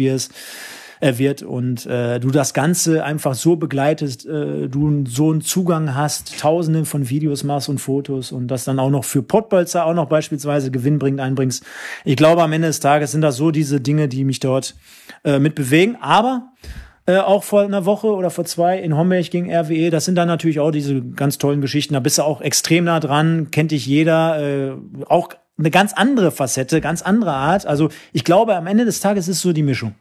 wird und du das Ganze einfach so begleitest, du so einen Zugang hast, Tausende von Videos machst und Fotos und das dann auch noch für Pottbolzer auch noch beispielsweise gewinnbringend einbringst. Ich glaube, am Ende des Tages sind das so diese Dinge, die mich dort mit bewegen, aber auch vor einer Woche oder vor 2 in Homberg gegen RWE, das sind dann natürlich auch diese ganz tollen Geschichten. Da bist du auch extrem nah dran, kennt dich jeder, auch eine ganz andere Facette, ganz andere Art. Also ich glaube, am Ende des Tages ist so die Mischung.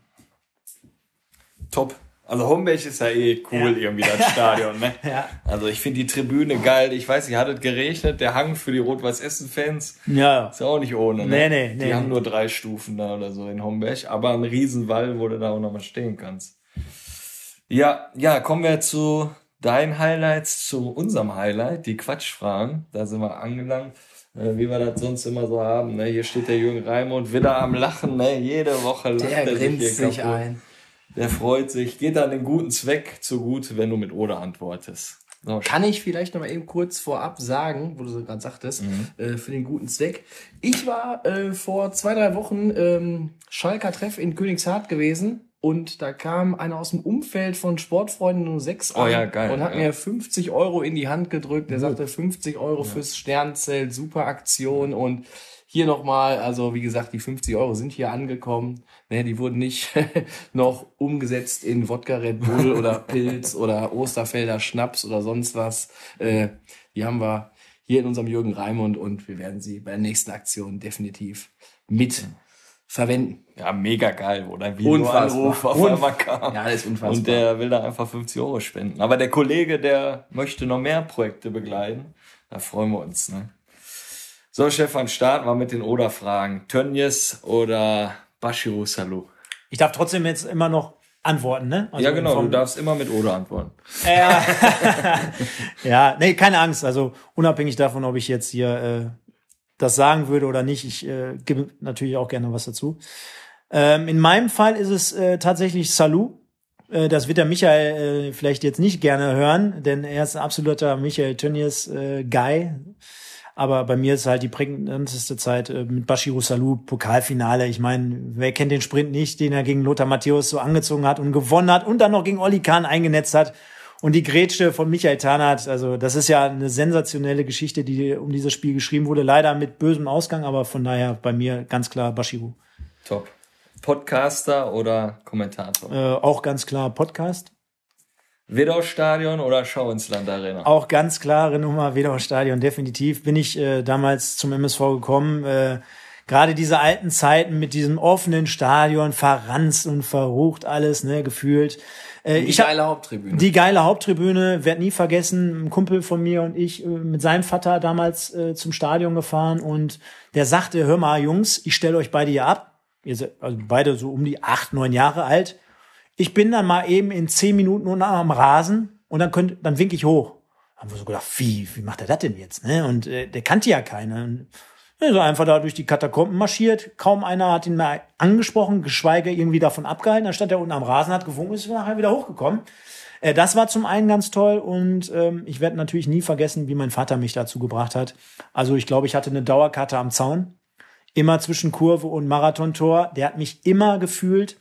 Top. Also Homberg ist ja cool irgendwie, das Stadion, ne? Ja. Also ich finde die Tribüne geil. Ich weiß nicht, hat es geregnet? Der Hang für die Rot-Weiß-Essen-Fans Ja. ist auch nicht ohne, ne? Nee. Die haben nur 3 Stufen da oder so in Homberg, aber ein Riesenwall, wo du da auch noch mal stehen kannst. Ja, kommen wir zu dein Highlights zu unserem Highlight, die Quatschfragen. Da sind wir angelangt, wie wir das sonst immer so haben. Ne? Hier steht der Jürgen Raimund wieder am Lachen. Ne? Jede Woche lacht Der er grinst sich sich hier kaputt. ein. Der freut sich. Geht dann den guten Zweck zugute, wenn du mit Oder antwortest. So, Kann ich vielleicht noch mal eben kurz vorab sagen, wo du so gerade sagtest, für den guten Zweck. Ich war vor 2-3 Wochen Schalker Treff in Königshardt gewesen und da kam einer aus dem Umfeld von Sportfreunden 06 an Oh ja, geil, und hat ja. mir 50 € in die Hand gedrückt. Der sagte 50 € fürs Sternzelt, super Aktion und hier nochmal, also wie gesagt, die 50 € sind hier angekommen. Ne, die wurden nicht noch umgesetzt in Wodka Red Bull oder Pilz oder Osterfelder Schnaps oder sonst was. Die haben wir hier in unserem Jürgen Raimund und wir werden sie bei der nächsten Aktion definitiv mit verwenden. ja, mega geil, oder? Wie Unfassbar. nur Anruf auf einmal kam. Ja, das ist unfassbar. Und der will da einfach 50 € spenden. Aber der Kollege, der möchte noch mehr Projekte begleiten. Da freuen wir uns, ne? So, Stefan, starten wir mit den Oder-Fragen. Tönnies oder Bashiru Salou? Ich darf trotzdem jetzt immer noch antworten, ne? Also Ja, genau, du vom- darfst immer mit Oder antworten. Ja, nee, keine Angst. Also unabhängig davon, ob ich jetzt hier das sagen würde oder nicht, ich gebe natürlich auch gerne was dazu. In meinem Fall ist es tatsächlich Salou. Das wird der Michael vielleicht jetzt nicht gerne hören, denn er ist ein absoluter Michael Tönnies Guy. Aber bei mir ist halt die prägnanteste Zeit mit Bashiru Salou, Pokalfinale. Ich meine, wer kennt den Sprint nicht, den er gegen Lothar Matthäus so angezogen hat und gewonnen hat und dann noch gegen Olli Kahn eingenetzt hat. Und die Grätsche von Michael Tarnath, also das ist ja eine sensationelle Geschichte, die um dieses Spiel geschrieben wurde. Leider mit bösem Ausgang, aber von daher bei mir ganz klar Bashiru. Top. Podcaster oder Kommentator? Auch ganz klar Podcast. Wedau-Stadion oder Schau ins Land Arena? Auch ganz klare Nummer, Wedau Stadion, definitiv. Bin ich damals zum MSV gekommen. Gerade diese alten Zeiten mit diesem offenen Stadion, verranzt und verrucht alles, ne, gefühlt. Die geile Haupttribüne. Die geile Haupttribüne, werd nie vergessen, ein Kumpel von mir und ich mit seinem Vater damals zum Stadion gefahren und der sagte, hör mal Jungs, ich stelle euch beide hier ab. Ihr seid also beide so um die 8, 9 Jahre alt. Ich bin dann mal eben in 10 Minuten unten am Rasen und dann winke ich hoch. Haben wir so gedacht, wie macht er das denn jetzt? Ne? Und der kannte ja keinen. So einfach da durch die Katakomben marschiert. Kaum einer hat ihn mal angesprochen, geschweige irgendwie davon abgehalten. Dann stand er unten am Rasen, hat gewunken, ist nachher wieder hochgekommen. Das war zum einen ganz toll und ich werde natürlich nie vergessen, wie mein Vater mich dazu gebracht hat. Also ich glaube, ich hatte eine Dauerkarte am Zaun. Immer zwischen Kurve und Marathontor. Der hat mich immer gefühlt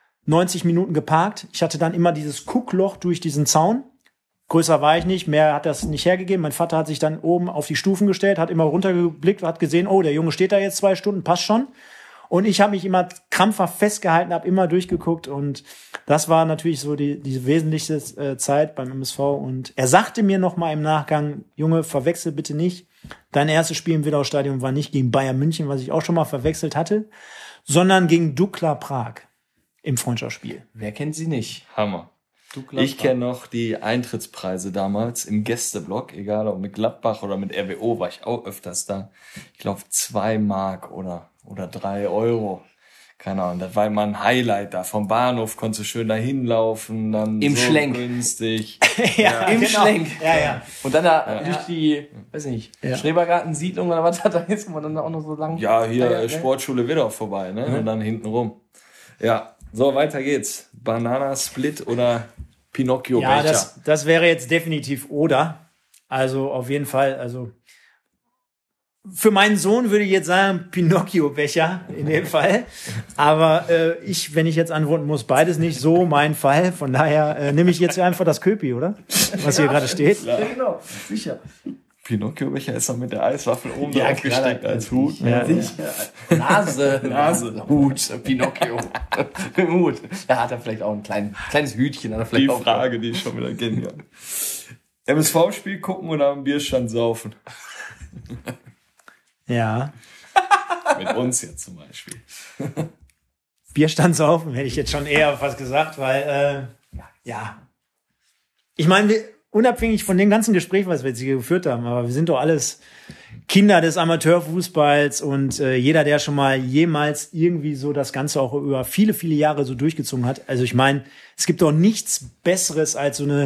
90 Minuten geparkt. Ich hatte dann immer dieses Guckloch durch diesen Zaun. Größer war ich nicht, mehr hat das nicht hergegeben. Mein Vater hat sich dann oben auf die Stufen gestellt, hat immer runtergeblickt, hat gesehen, oh, der Junge steht da jetzt 2 Stunden, passt schon. Und ich habe mich immer krampfhaft festgehalten, habe immer durchgeguckt und das war natürlich so die wesentlichste Zeit beim MSV. Und er sagte mir noch mal im Nachgang, Junge, verwechsel bitte nicht. Dein erstes Spiel im Wedau-Stadion war nicht gegen Bayern München, was ich auch schon mal verwechselt hatte, sondern gegen Dukla Prag im Freundschaftsspiel. Wer kennt sie nicht? Hammer. Ich kenne noch die Eintrittspreise damals im Gästeblock, egal ob mit Gladbach oder mit RWO, war ich auch öfters da. Ich glaube 2 Mark oder 3 Euro. Keine Ahnung, das war immer ein Highlight da. Vom Bahnhof konntest du schön dahin laufen, dann Im so Schlenk. günstig. Im Schlenk. Ja. Und dann da durch die, weiß ich nicht, Schrebergartensiedlung oder was da ist, wo man dann auch noch so lang. Ja, hier ne? Sportschule Wedau vorbei, ne? Und dann hinten rum. Ja, so weiter geht's. Bananasplit oder Pinocchio-Becher? Ja, das wäre jetzt definitiv oder. Also auf jeden Fall, also für meinen Sohn würde ich jetzt sagen Pinocchio-Becher in dem Fall. Aber wenn ich jetzt antworten muss, beides nicht so mein Fall. Von daher nehme ich jetzt einfach das Köpi, oder? Was hier gerade steht. Ja, genau, sicher. Pinocchio-Becher ist doch mit der Eiswaffel oben Ja, drauf gesteckt klar, als Hut. Ja. Nase, Hut, Pinocchio. Hut. Da hat er vielleicht auch ein kleines Hütchen. Hat er vielleicht Die auch Frage, die ist schon wieder genial. MSV-Spiel gucken oder am Bierstand saufen? Ja. Mit uns jetzt zum Beispiel. Bierstand saufen, hätte ich jetzt schon eher was gesagt, weil, ja. Ich meine, unabhängig von dem ganzen Gespräch, was wir jetzt hier geführt haben, aber wir sind doch alles Kinder des Amateurfußballs und jeder, der schon mal jemals irgendwie so das Ganze auch über viele, viele Jahre so durchgezogen hat. Also ich meine, es gibt doch nichts Besseres als so eine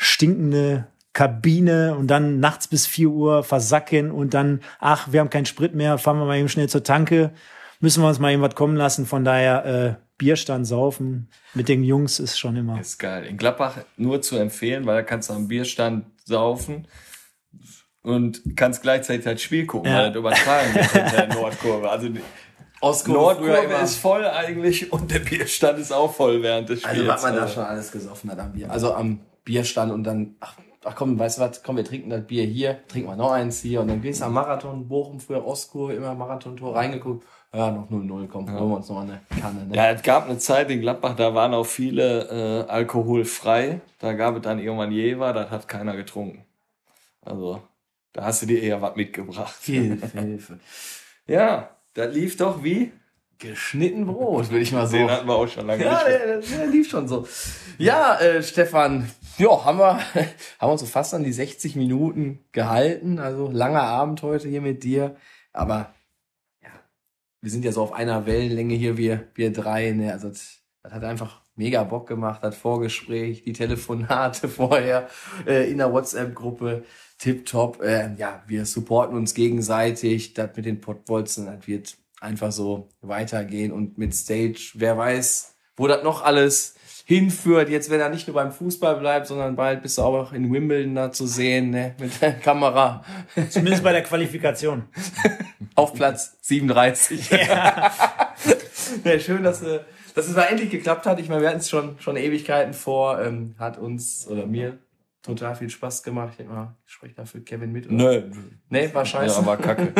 stinkende Kabine und dann nachts bis 4 Uhr versacken und dann, wir haben keinen Sprit mehr, fahren wir mal eben schnell zur Tanke, müssen wir uns mal eben was kommen lassen. Von daher Bierstand saufen mit den Jungs ist schon immer. Ist geil. In Gladbach nur zu empfehlen, weil da kannst du am Bierstand saufen und kannst gleichzeitig das Spiel gucken, weil das übertragen wird in der Nordkurve. Also die Nordkurve ist voll eigentlich und der Bierstand ist auch voll während des Spiels. Also was man da schon alles gesoffen hat am Bier. Also am Bierstand und dann, ach komm, weißt du was, komm, wir trinken das Bier hier, trinken wir noch eins hier und dann gehst du am Marathon, Bochum, früher Ostkurve, immer Marathontor reingeguckt. Ja, noch 0-0, komm, holen wir uns noch eine Kanne. Ne? Ja, es gab eine Zeit in Gladbach, da waren auch viele alkoholfrei. Da gab es dann irgendwann Jever, das hat keiner getrunken. Also, da hast du dir eher was mitgebracht. Hilfe. Ja, das lief doch wie? Geschnitten Brot, würde ich mal so. Den hatten wir auch schon lange Ja, nicht mehr. der lief schon so. Ja, Stefan, ja, haben wir uns so fast an die 60 Minuten gehalten. Also langer Abend heute hier mit dir. Aber ja, wir sind ja so auf einer Wellenlänge hier, wir drei. Ne? Also das hat einfach mega Bock gemacht, das Vorgespräch, die Telefonate vorher in der WhatsApp-Gruppe. Tipptopp. Ja, wir supporten uns gegenseitig. Das mit den Pottbolzen, das wird einfach so weitergehen. Und mit Stage, wer weiß, wo das noch alles hinführt. Jetzt, wenn er nicht nur beim Fußball bleibt, sondern bald bist du auch in Wimbledon da zu sehen, ne, mit der Kamera. Zumindest bei der Qualifikation. Auf Platz 37. Ja. Ja, schön, dass es mal endlich geklappt hat. Ich meine, wir hatten es schon Ewigkeiten vor. Hat uns, oder mir, total viel Spaß gemacht. Ich denke mal, ich spreche dafür Kevin mit. Oder? Nee, war scheiße. Ja, war kacke.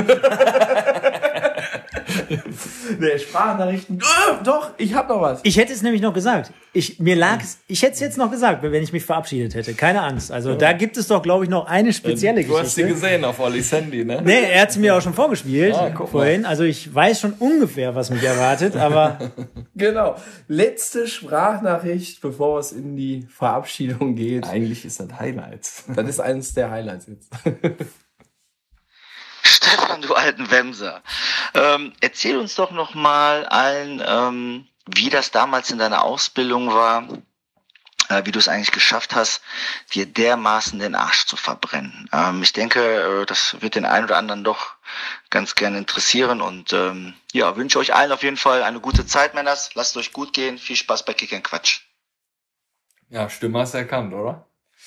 Nee, Sprachnachrichten. Doch, ich hab noch was. Ich hätte es nämlich noch gesagt. Ich hätte es jetzt noch gesagt, wenn ich mich verabschiedet hätte. Keine Angst. Also da gibt es doch, glaube ich, noch eine spezielle Geschichte. Du hast sie gesehen auf Ollis Handy, ne? Nee, er hat es mir auch schon vorgespielt vorhin. Mal. Also ich weiß schon ungefähr, was mich erwartet, aber... Genau. Letzte Sprachnachricht, bevor es in die Verabschiedung geht. Eigentlich ist das Highlights. Das ist eines der Highlights jetzt. Stefan, du alten Wemser. Erzähl uns doch noch mal allen, wie das damals in deiner Ausbildung war, wie du es eigentlich geschafft hast, dir dermaßen den Arsch zu verbrennen. Ich denke, das wird den einen oder anderen doch ganz gerne interessieren und wünsche euch allen auf jeden Fall eine gute Zeit, Männers. Lasst euch gut gehen. Viel Spaß bei Kick & Quatsch. Ja, Stimme hast du erkannt, oder?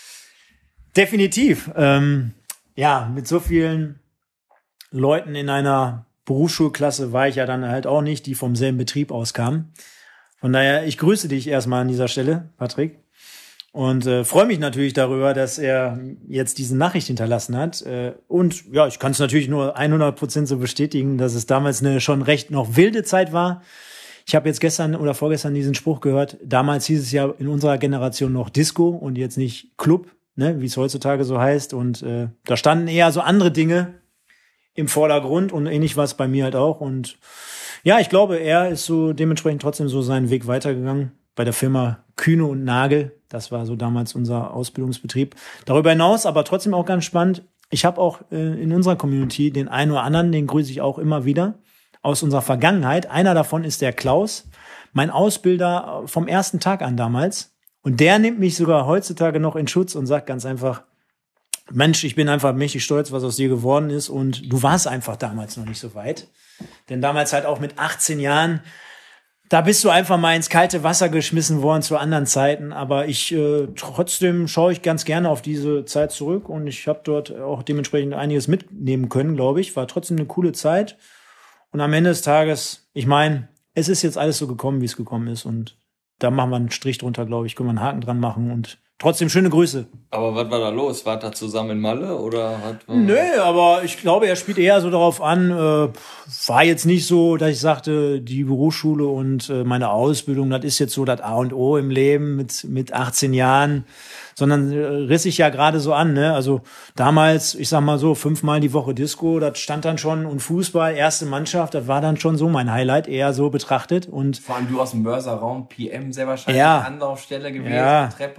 Definitiv. Mit so vielen Leuten in einer Berufsschulklasse war ich ja dann halt auch nicht, die vom selben Betrieb auskamen. Von daher, ich grüße dich erstmal an dieser Stelle, Patrick. Und freue mich natürlich darüber, dass er jetzt diese Nachricht hinterlassen hat. Und ja, ich kann es natürlich nur 100% so bestätigen, dass es damals eine schon recht noch wilde Zeit war. Ich habe jetzt gestern oder vorgestern diesen Spruch gehört. Damals hieß es ja in unserer Generation noch Disco und jetzt nicht Club, ne, wie es heutzutage so heißt. Und da standen eher so andere Dinge im Vordergrund und ähnlich war es bei mir halt auch. Und ja, ich glaube, er ist so dementsprechend trotzdem so seinen Weg weitergegangen bei der Firma Kühne und Nagel. Das war so damals unser Ausbildungsbetrieb. Darüber hinaus aber trotzdem auch ganz spannend. Ich habe auch in unserer Community den einen oder anderen, den grüße ich auch immer wieder, aus unserer Vergangenheit. Einer davon ist der Klaus, mein Ausbilder vom ersten Tag an damals. Und der nimmt mich sogar heutzutage noch in Schutz und sagt ganz einfach, Mensch, ich bin einfach mächtig stolz, was aus dir geworden ist und du warst einfach damals noch nicht so weit. Denn damals halt auch mit 18 Jahren, da bist du einfach mal ins kalte Wasser geschmissen worden zu anderen Zeiten. Aber trotzdem schaue ich ganz gerne auf diese Zeit zurück und ich habe dort auch dementsprechend einiges mitnehmen können, glaube ich. War trotzdem eine coole Zeit. Und am Ende des Tages, ich meine, es ist jetzt alles so gekommen, wie es gekommen ist und da machen wir einen Strich drunter, glaube ich, können wir einen Haken dran machen und trotzdem schöne Grüße. Aber was war da los? War da zusammen in Malle oder Nö, aber ich glaube, er spielt eher so darauf an, war jetzt nicht so, dass ich sagte, die Berufsschule und meine Ausbildung, das ist jetzt so das A und O im Leben mit 18 Jahren, sondern riss ich ja gerade so an, ne? Also damals, ich sag mal so, 5-mal die Woche Disco, das stand dann schon und Fußball, erste Mannschaft, das war dann schon so mein Highlight, eher so betrachtet und vor allem du aus dem Mörserraum, PM sehr wahrscheinlich ja. Anlaufstelle gewesen, ja. Treppe hoch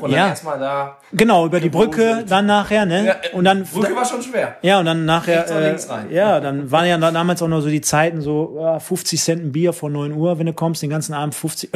hoch und dann erstmal da. Genau, über die Brücke dann nachher, ne? Ja, und dann Brücke war schon schwer. Ja, und dann nachher, Rechts oder links rein. dann waren ja damals auch noch so die Zeiten, so 50 Cent ein Bier vor 9 Uhr, wenn du kommst, den ganzen Abend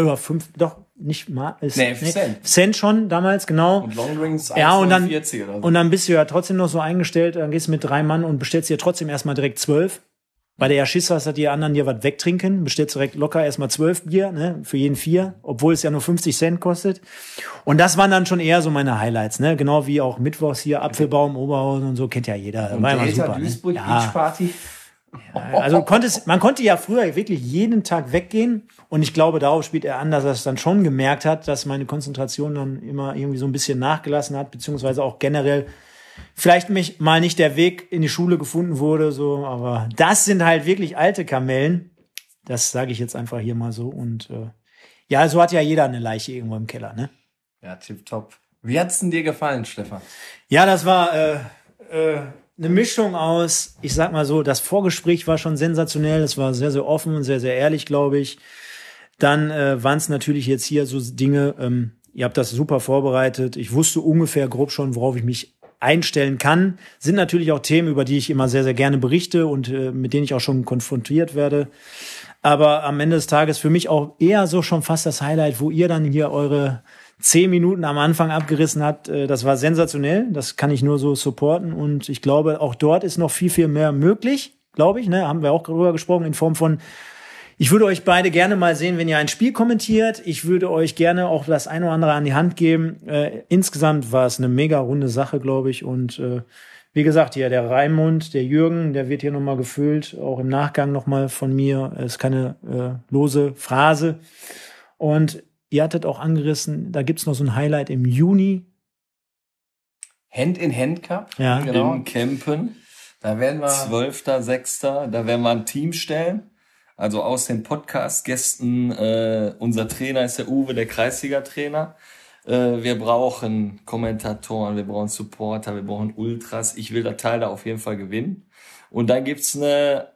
5 Cent schon damals, genau. Und Longdrinks 1,40 oder so. Und dann bist du ja trotzdem noch so eingestellt, dann gehst du mit 3 Mann und bestellst dir trotzdem erstmal direkt 12. Weil du ja Schiss hast, dass die anderen dir was wegtrinken, bestellst direkt locker erstmal 12 Bier, ne, für jeden 4, obwohl es ja nur 50 Cent kostet. Und das waren dann schon eher so meine Highlights, ne, genau wie auch mittwochs hier Apfelbaum, Oberhausen und so, kennt ja jeder. Und war immer Delta super, Duisburg ne? Beach Party. Ja, also man konnte ja früher wirklich jeden Tag weggehen und ich glaube, darauf spielt er an, dass er es dann schon gemerkt hat, dass meine Konzentration dann immer irgendwie so ein bisschen nachgelassen hat, beziehungsweise auch generell vielleicht mich mal nicht der Weg in die Schule gefunden wurde, so, aber das sind halt wirklich alte Kamellen. Das sage ich jetzt einfach hier mal so. Und ja, so hat ja jeder eine Leiche irgendwo im Keller, ne? Ja, tipptopp. Wie hat's denn dir gefallen, Stefan? Ja, das war eine Mischung aus, ich sag mal so, das Vorgespräch war schon sensationell, es war sehr, sehr offen und sehr, sehr ehrlich, glaube ich. Dann waren es natürlich jetzt hier so Dinge, ihr habt das super vorbereitet. Ich wusste ungefähr grob schon, worauf ich mich einstellen kann. Sind natürlich auch Themen, über die ich immer sehr, sehr gerne berichte und mit denen ich auch schon konfrontiert werde. Aber am Ende des Tages für mich auch eher so schon fast das Highlight, wo ihr dann hier eure 10 Minuten am Anfang abgerissen habt. Das war sensationell. Das kann ich nur so supporten. Und ich glaube, auch dort ist noch viel, viel mehr möglich, glaube ich. Ne? Haben wir auch darüber gesprochen in Form von, ich würde euch beide gerne mal sehen, wenn ihr ein Spiel kommentiert. Ich würde euch gerne auch das eine oder andere an die Hand geben. Insgesamt war es eine mega runde Sache, glaube ich. Und wie gesagt, hier der Raimund, der Jürgen, der wird hier nochmal gefüllt. Auch im Nachgang nochmal von mir. Es ist keine lose Phrase. Und ihr hattet auch angerissen, da gibt's noch so ein Highlight im Juni. Hand-in-Hand-Cup. Ja. Genau. In Kempen. Da werden wir 12.06. Da werden wir ein Team stellen. Also aus den Podcast-Gästen, unser Trainer ist der Uwe, der Kreisliga-Trainer. Wir brauchen Kommentatoren, wir brauchen Supporter, wir brauchen Ultras. Ich will das Teil da auf jeden Fall gewinnen. Und dann gibt's eine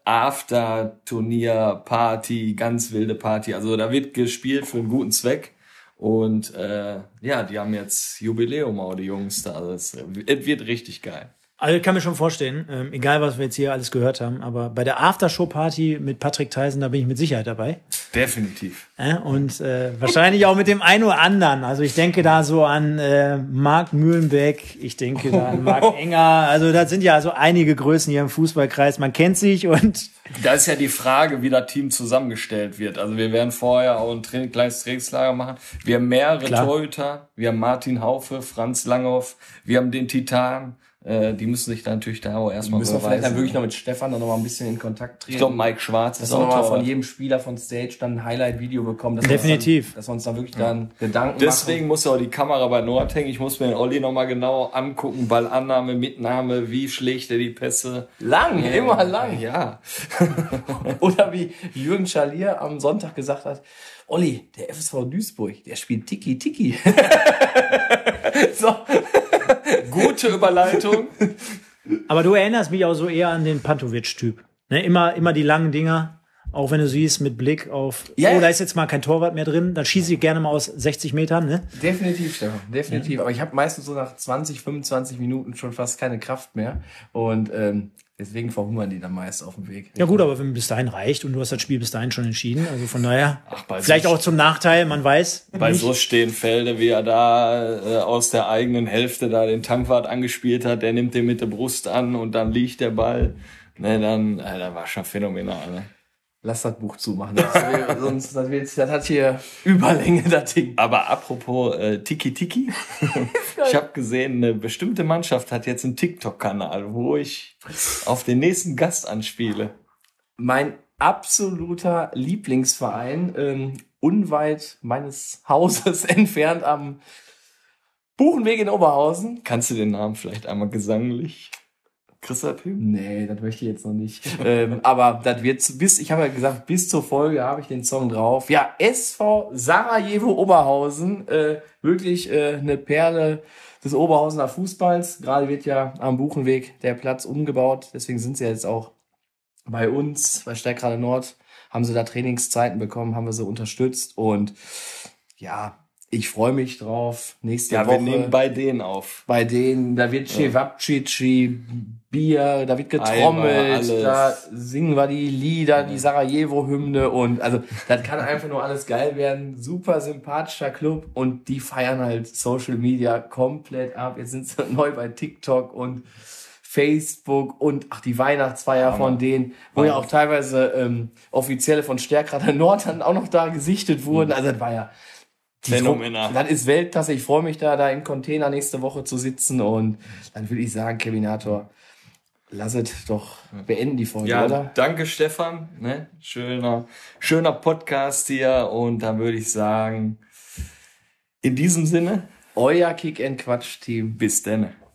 After-Turnier-Party, ganz wilde Party. Also da wird gespielt für einen guten Zweck. Und ja, die haben jetzt Jubiläum, auch die Jungs da. Also es wird richtig geil. Also ich kann mir schon vorstellen, egal was wir jetzt hier alles gehört haben, aber bei der Aftershow-Party mit Patrick Theisen, da bin ich mit Sicherheit dabei. Definitiv. Und wahrscheinlich auch mit dem einen oder anderen. Also ich denke da so an Marc Mühlenbeck, ich denke da an Marc Enger. Also das sind ja also einige Größen hier im Fußballkreis. Man kennt sich und Da ist ja die Frage, wie das Team zusammengestellt wird. Also wir werden vorher auch ein kleines Trainingslager machen. Wir haben mehrere Torhüter. Wir haben Martin Haufe, Franz Langhoff. Wir haben den Titan. Die müssen sich dann natürlich da auch erstmal müssen wir vielleicht dann wirklich noch mit Stefan noch mal ein bisschen in Kontakt treten. Ich glaube, Mike Schwarz ist auch noch mal von jedem Spieler von Stage dann ein Highlight-Video bekommen. Definitiv. Dass wir uns dann wirklich dann Gedanken Deswegen machen. muss ja auch die Kamera bei Nord hängen. Ich muss mir den Olli noch mal genau angucken. Ballannahme, Mitnahme, wie schlägt er die Pässe. Lang, immer lang. Ja. Oder wie Jürgen Schalier am Sonntag gesagt hat, Olli, der FSV Duisburg, der spielt Tiki-Tiki. So. Gute Überleitung. Aber du erinnerst mich auch so eher an den Pantovic-Typ. Ne, immer die langen Dinger, auch wenn du siehst mit Blick auf, da ist jetzt mal kein Torwart mehr drin, dann schieße ich gerne mal aus 60 Metern. Ne? Definitiv, Stefan, definitiv. Ja. Aber ich habe meistens so nach 20, 25 Minuten schon fast keine Kraft mehr. Und deswegen verhungern die dann meist auf dem Weg. Ja gut, aber wenn bis dahin reicht und du hast das Spiel bis dahin schon entschieden, also von daher, bei vielleicht auch zum Nachteil, man weiß. Bei nicht. so stehen Felde, wie er da aus der eigenen Hälfte da den Tankwart angespielt hat, der nimmt den mit der Brust an und dann liegt der Ball. Ne, dann, das war schon phänomenal, ne? Lass das Buch zumachen. Sonst, das hat hier Überlänge, das Ding. Aber apropos Tiki-Tiki. Ich habe gesehen, eine bestimmte Mannschaft hat jetzt einen TikTok-Kanal, wo ich auf den nächsten Gast anspiele. Mein absoluter Lieblingsverein, unweit meines Hauses entfernt am Buchenweg in Oberhausen. Kannst du den Namen vielleicht einmal gesanglich? Christoph? Nee, das möchte ich jetzt noch nicht. Aber das wird ich habe ja gesagt, bis zur Folge habe ich den Song drauf. Ja, SV Sarajevo Oberhausen, wirklich eine Perle des Oberhausener Fußballs. Gerade wird ja am Buchenweg der Platz umgebaut, deswegen sind sie jetzt auch bei uns, bei Stärkrade Nord, haben sie da Trainingszeiten bekommen, haben wir sie unterstützt und ja, Ich freue mich drauf. Nächste Ja, Woche. wir nehmen bei denen auf. Bei denen, da wird Cevapcici, Bier, da wird getrommelt, Alles. da singen wir die Lieder, die Sarajevo-Hymne und also das kann einfach nur alles geil werden. Super sympathischer Club und die feiern halt Social Media komplett ab. Jetzt sind sie neu bei TikTok und Facebook und die Weihnachtsfeier von denen, wo ja auch teilweise Offizielle von Stärkrader Nord dann auch noch da gesichtet wurden. Also das war ja Phänomenal. Das ist Weltklasse. Ich freue mich da im Container nächste Woche zu sitzen und dann würde ich sagen, Kevinator, lass es doch beenden die Folge, Ja, oder? danke Stefan. Ne? Schöner Podcast hier und dann würde ich sagen, in diesem Sinne, Euer Kick-and-Quatsch-Team. bis dann.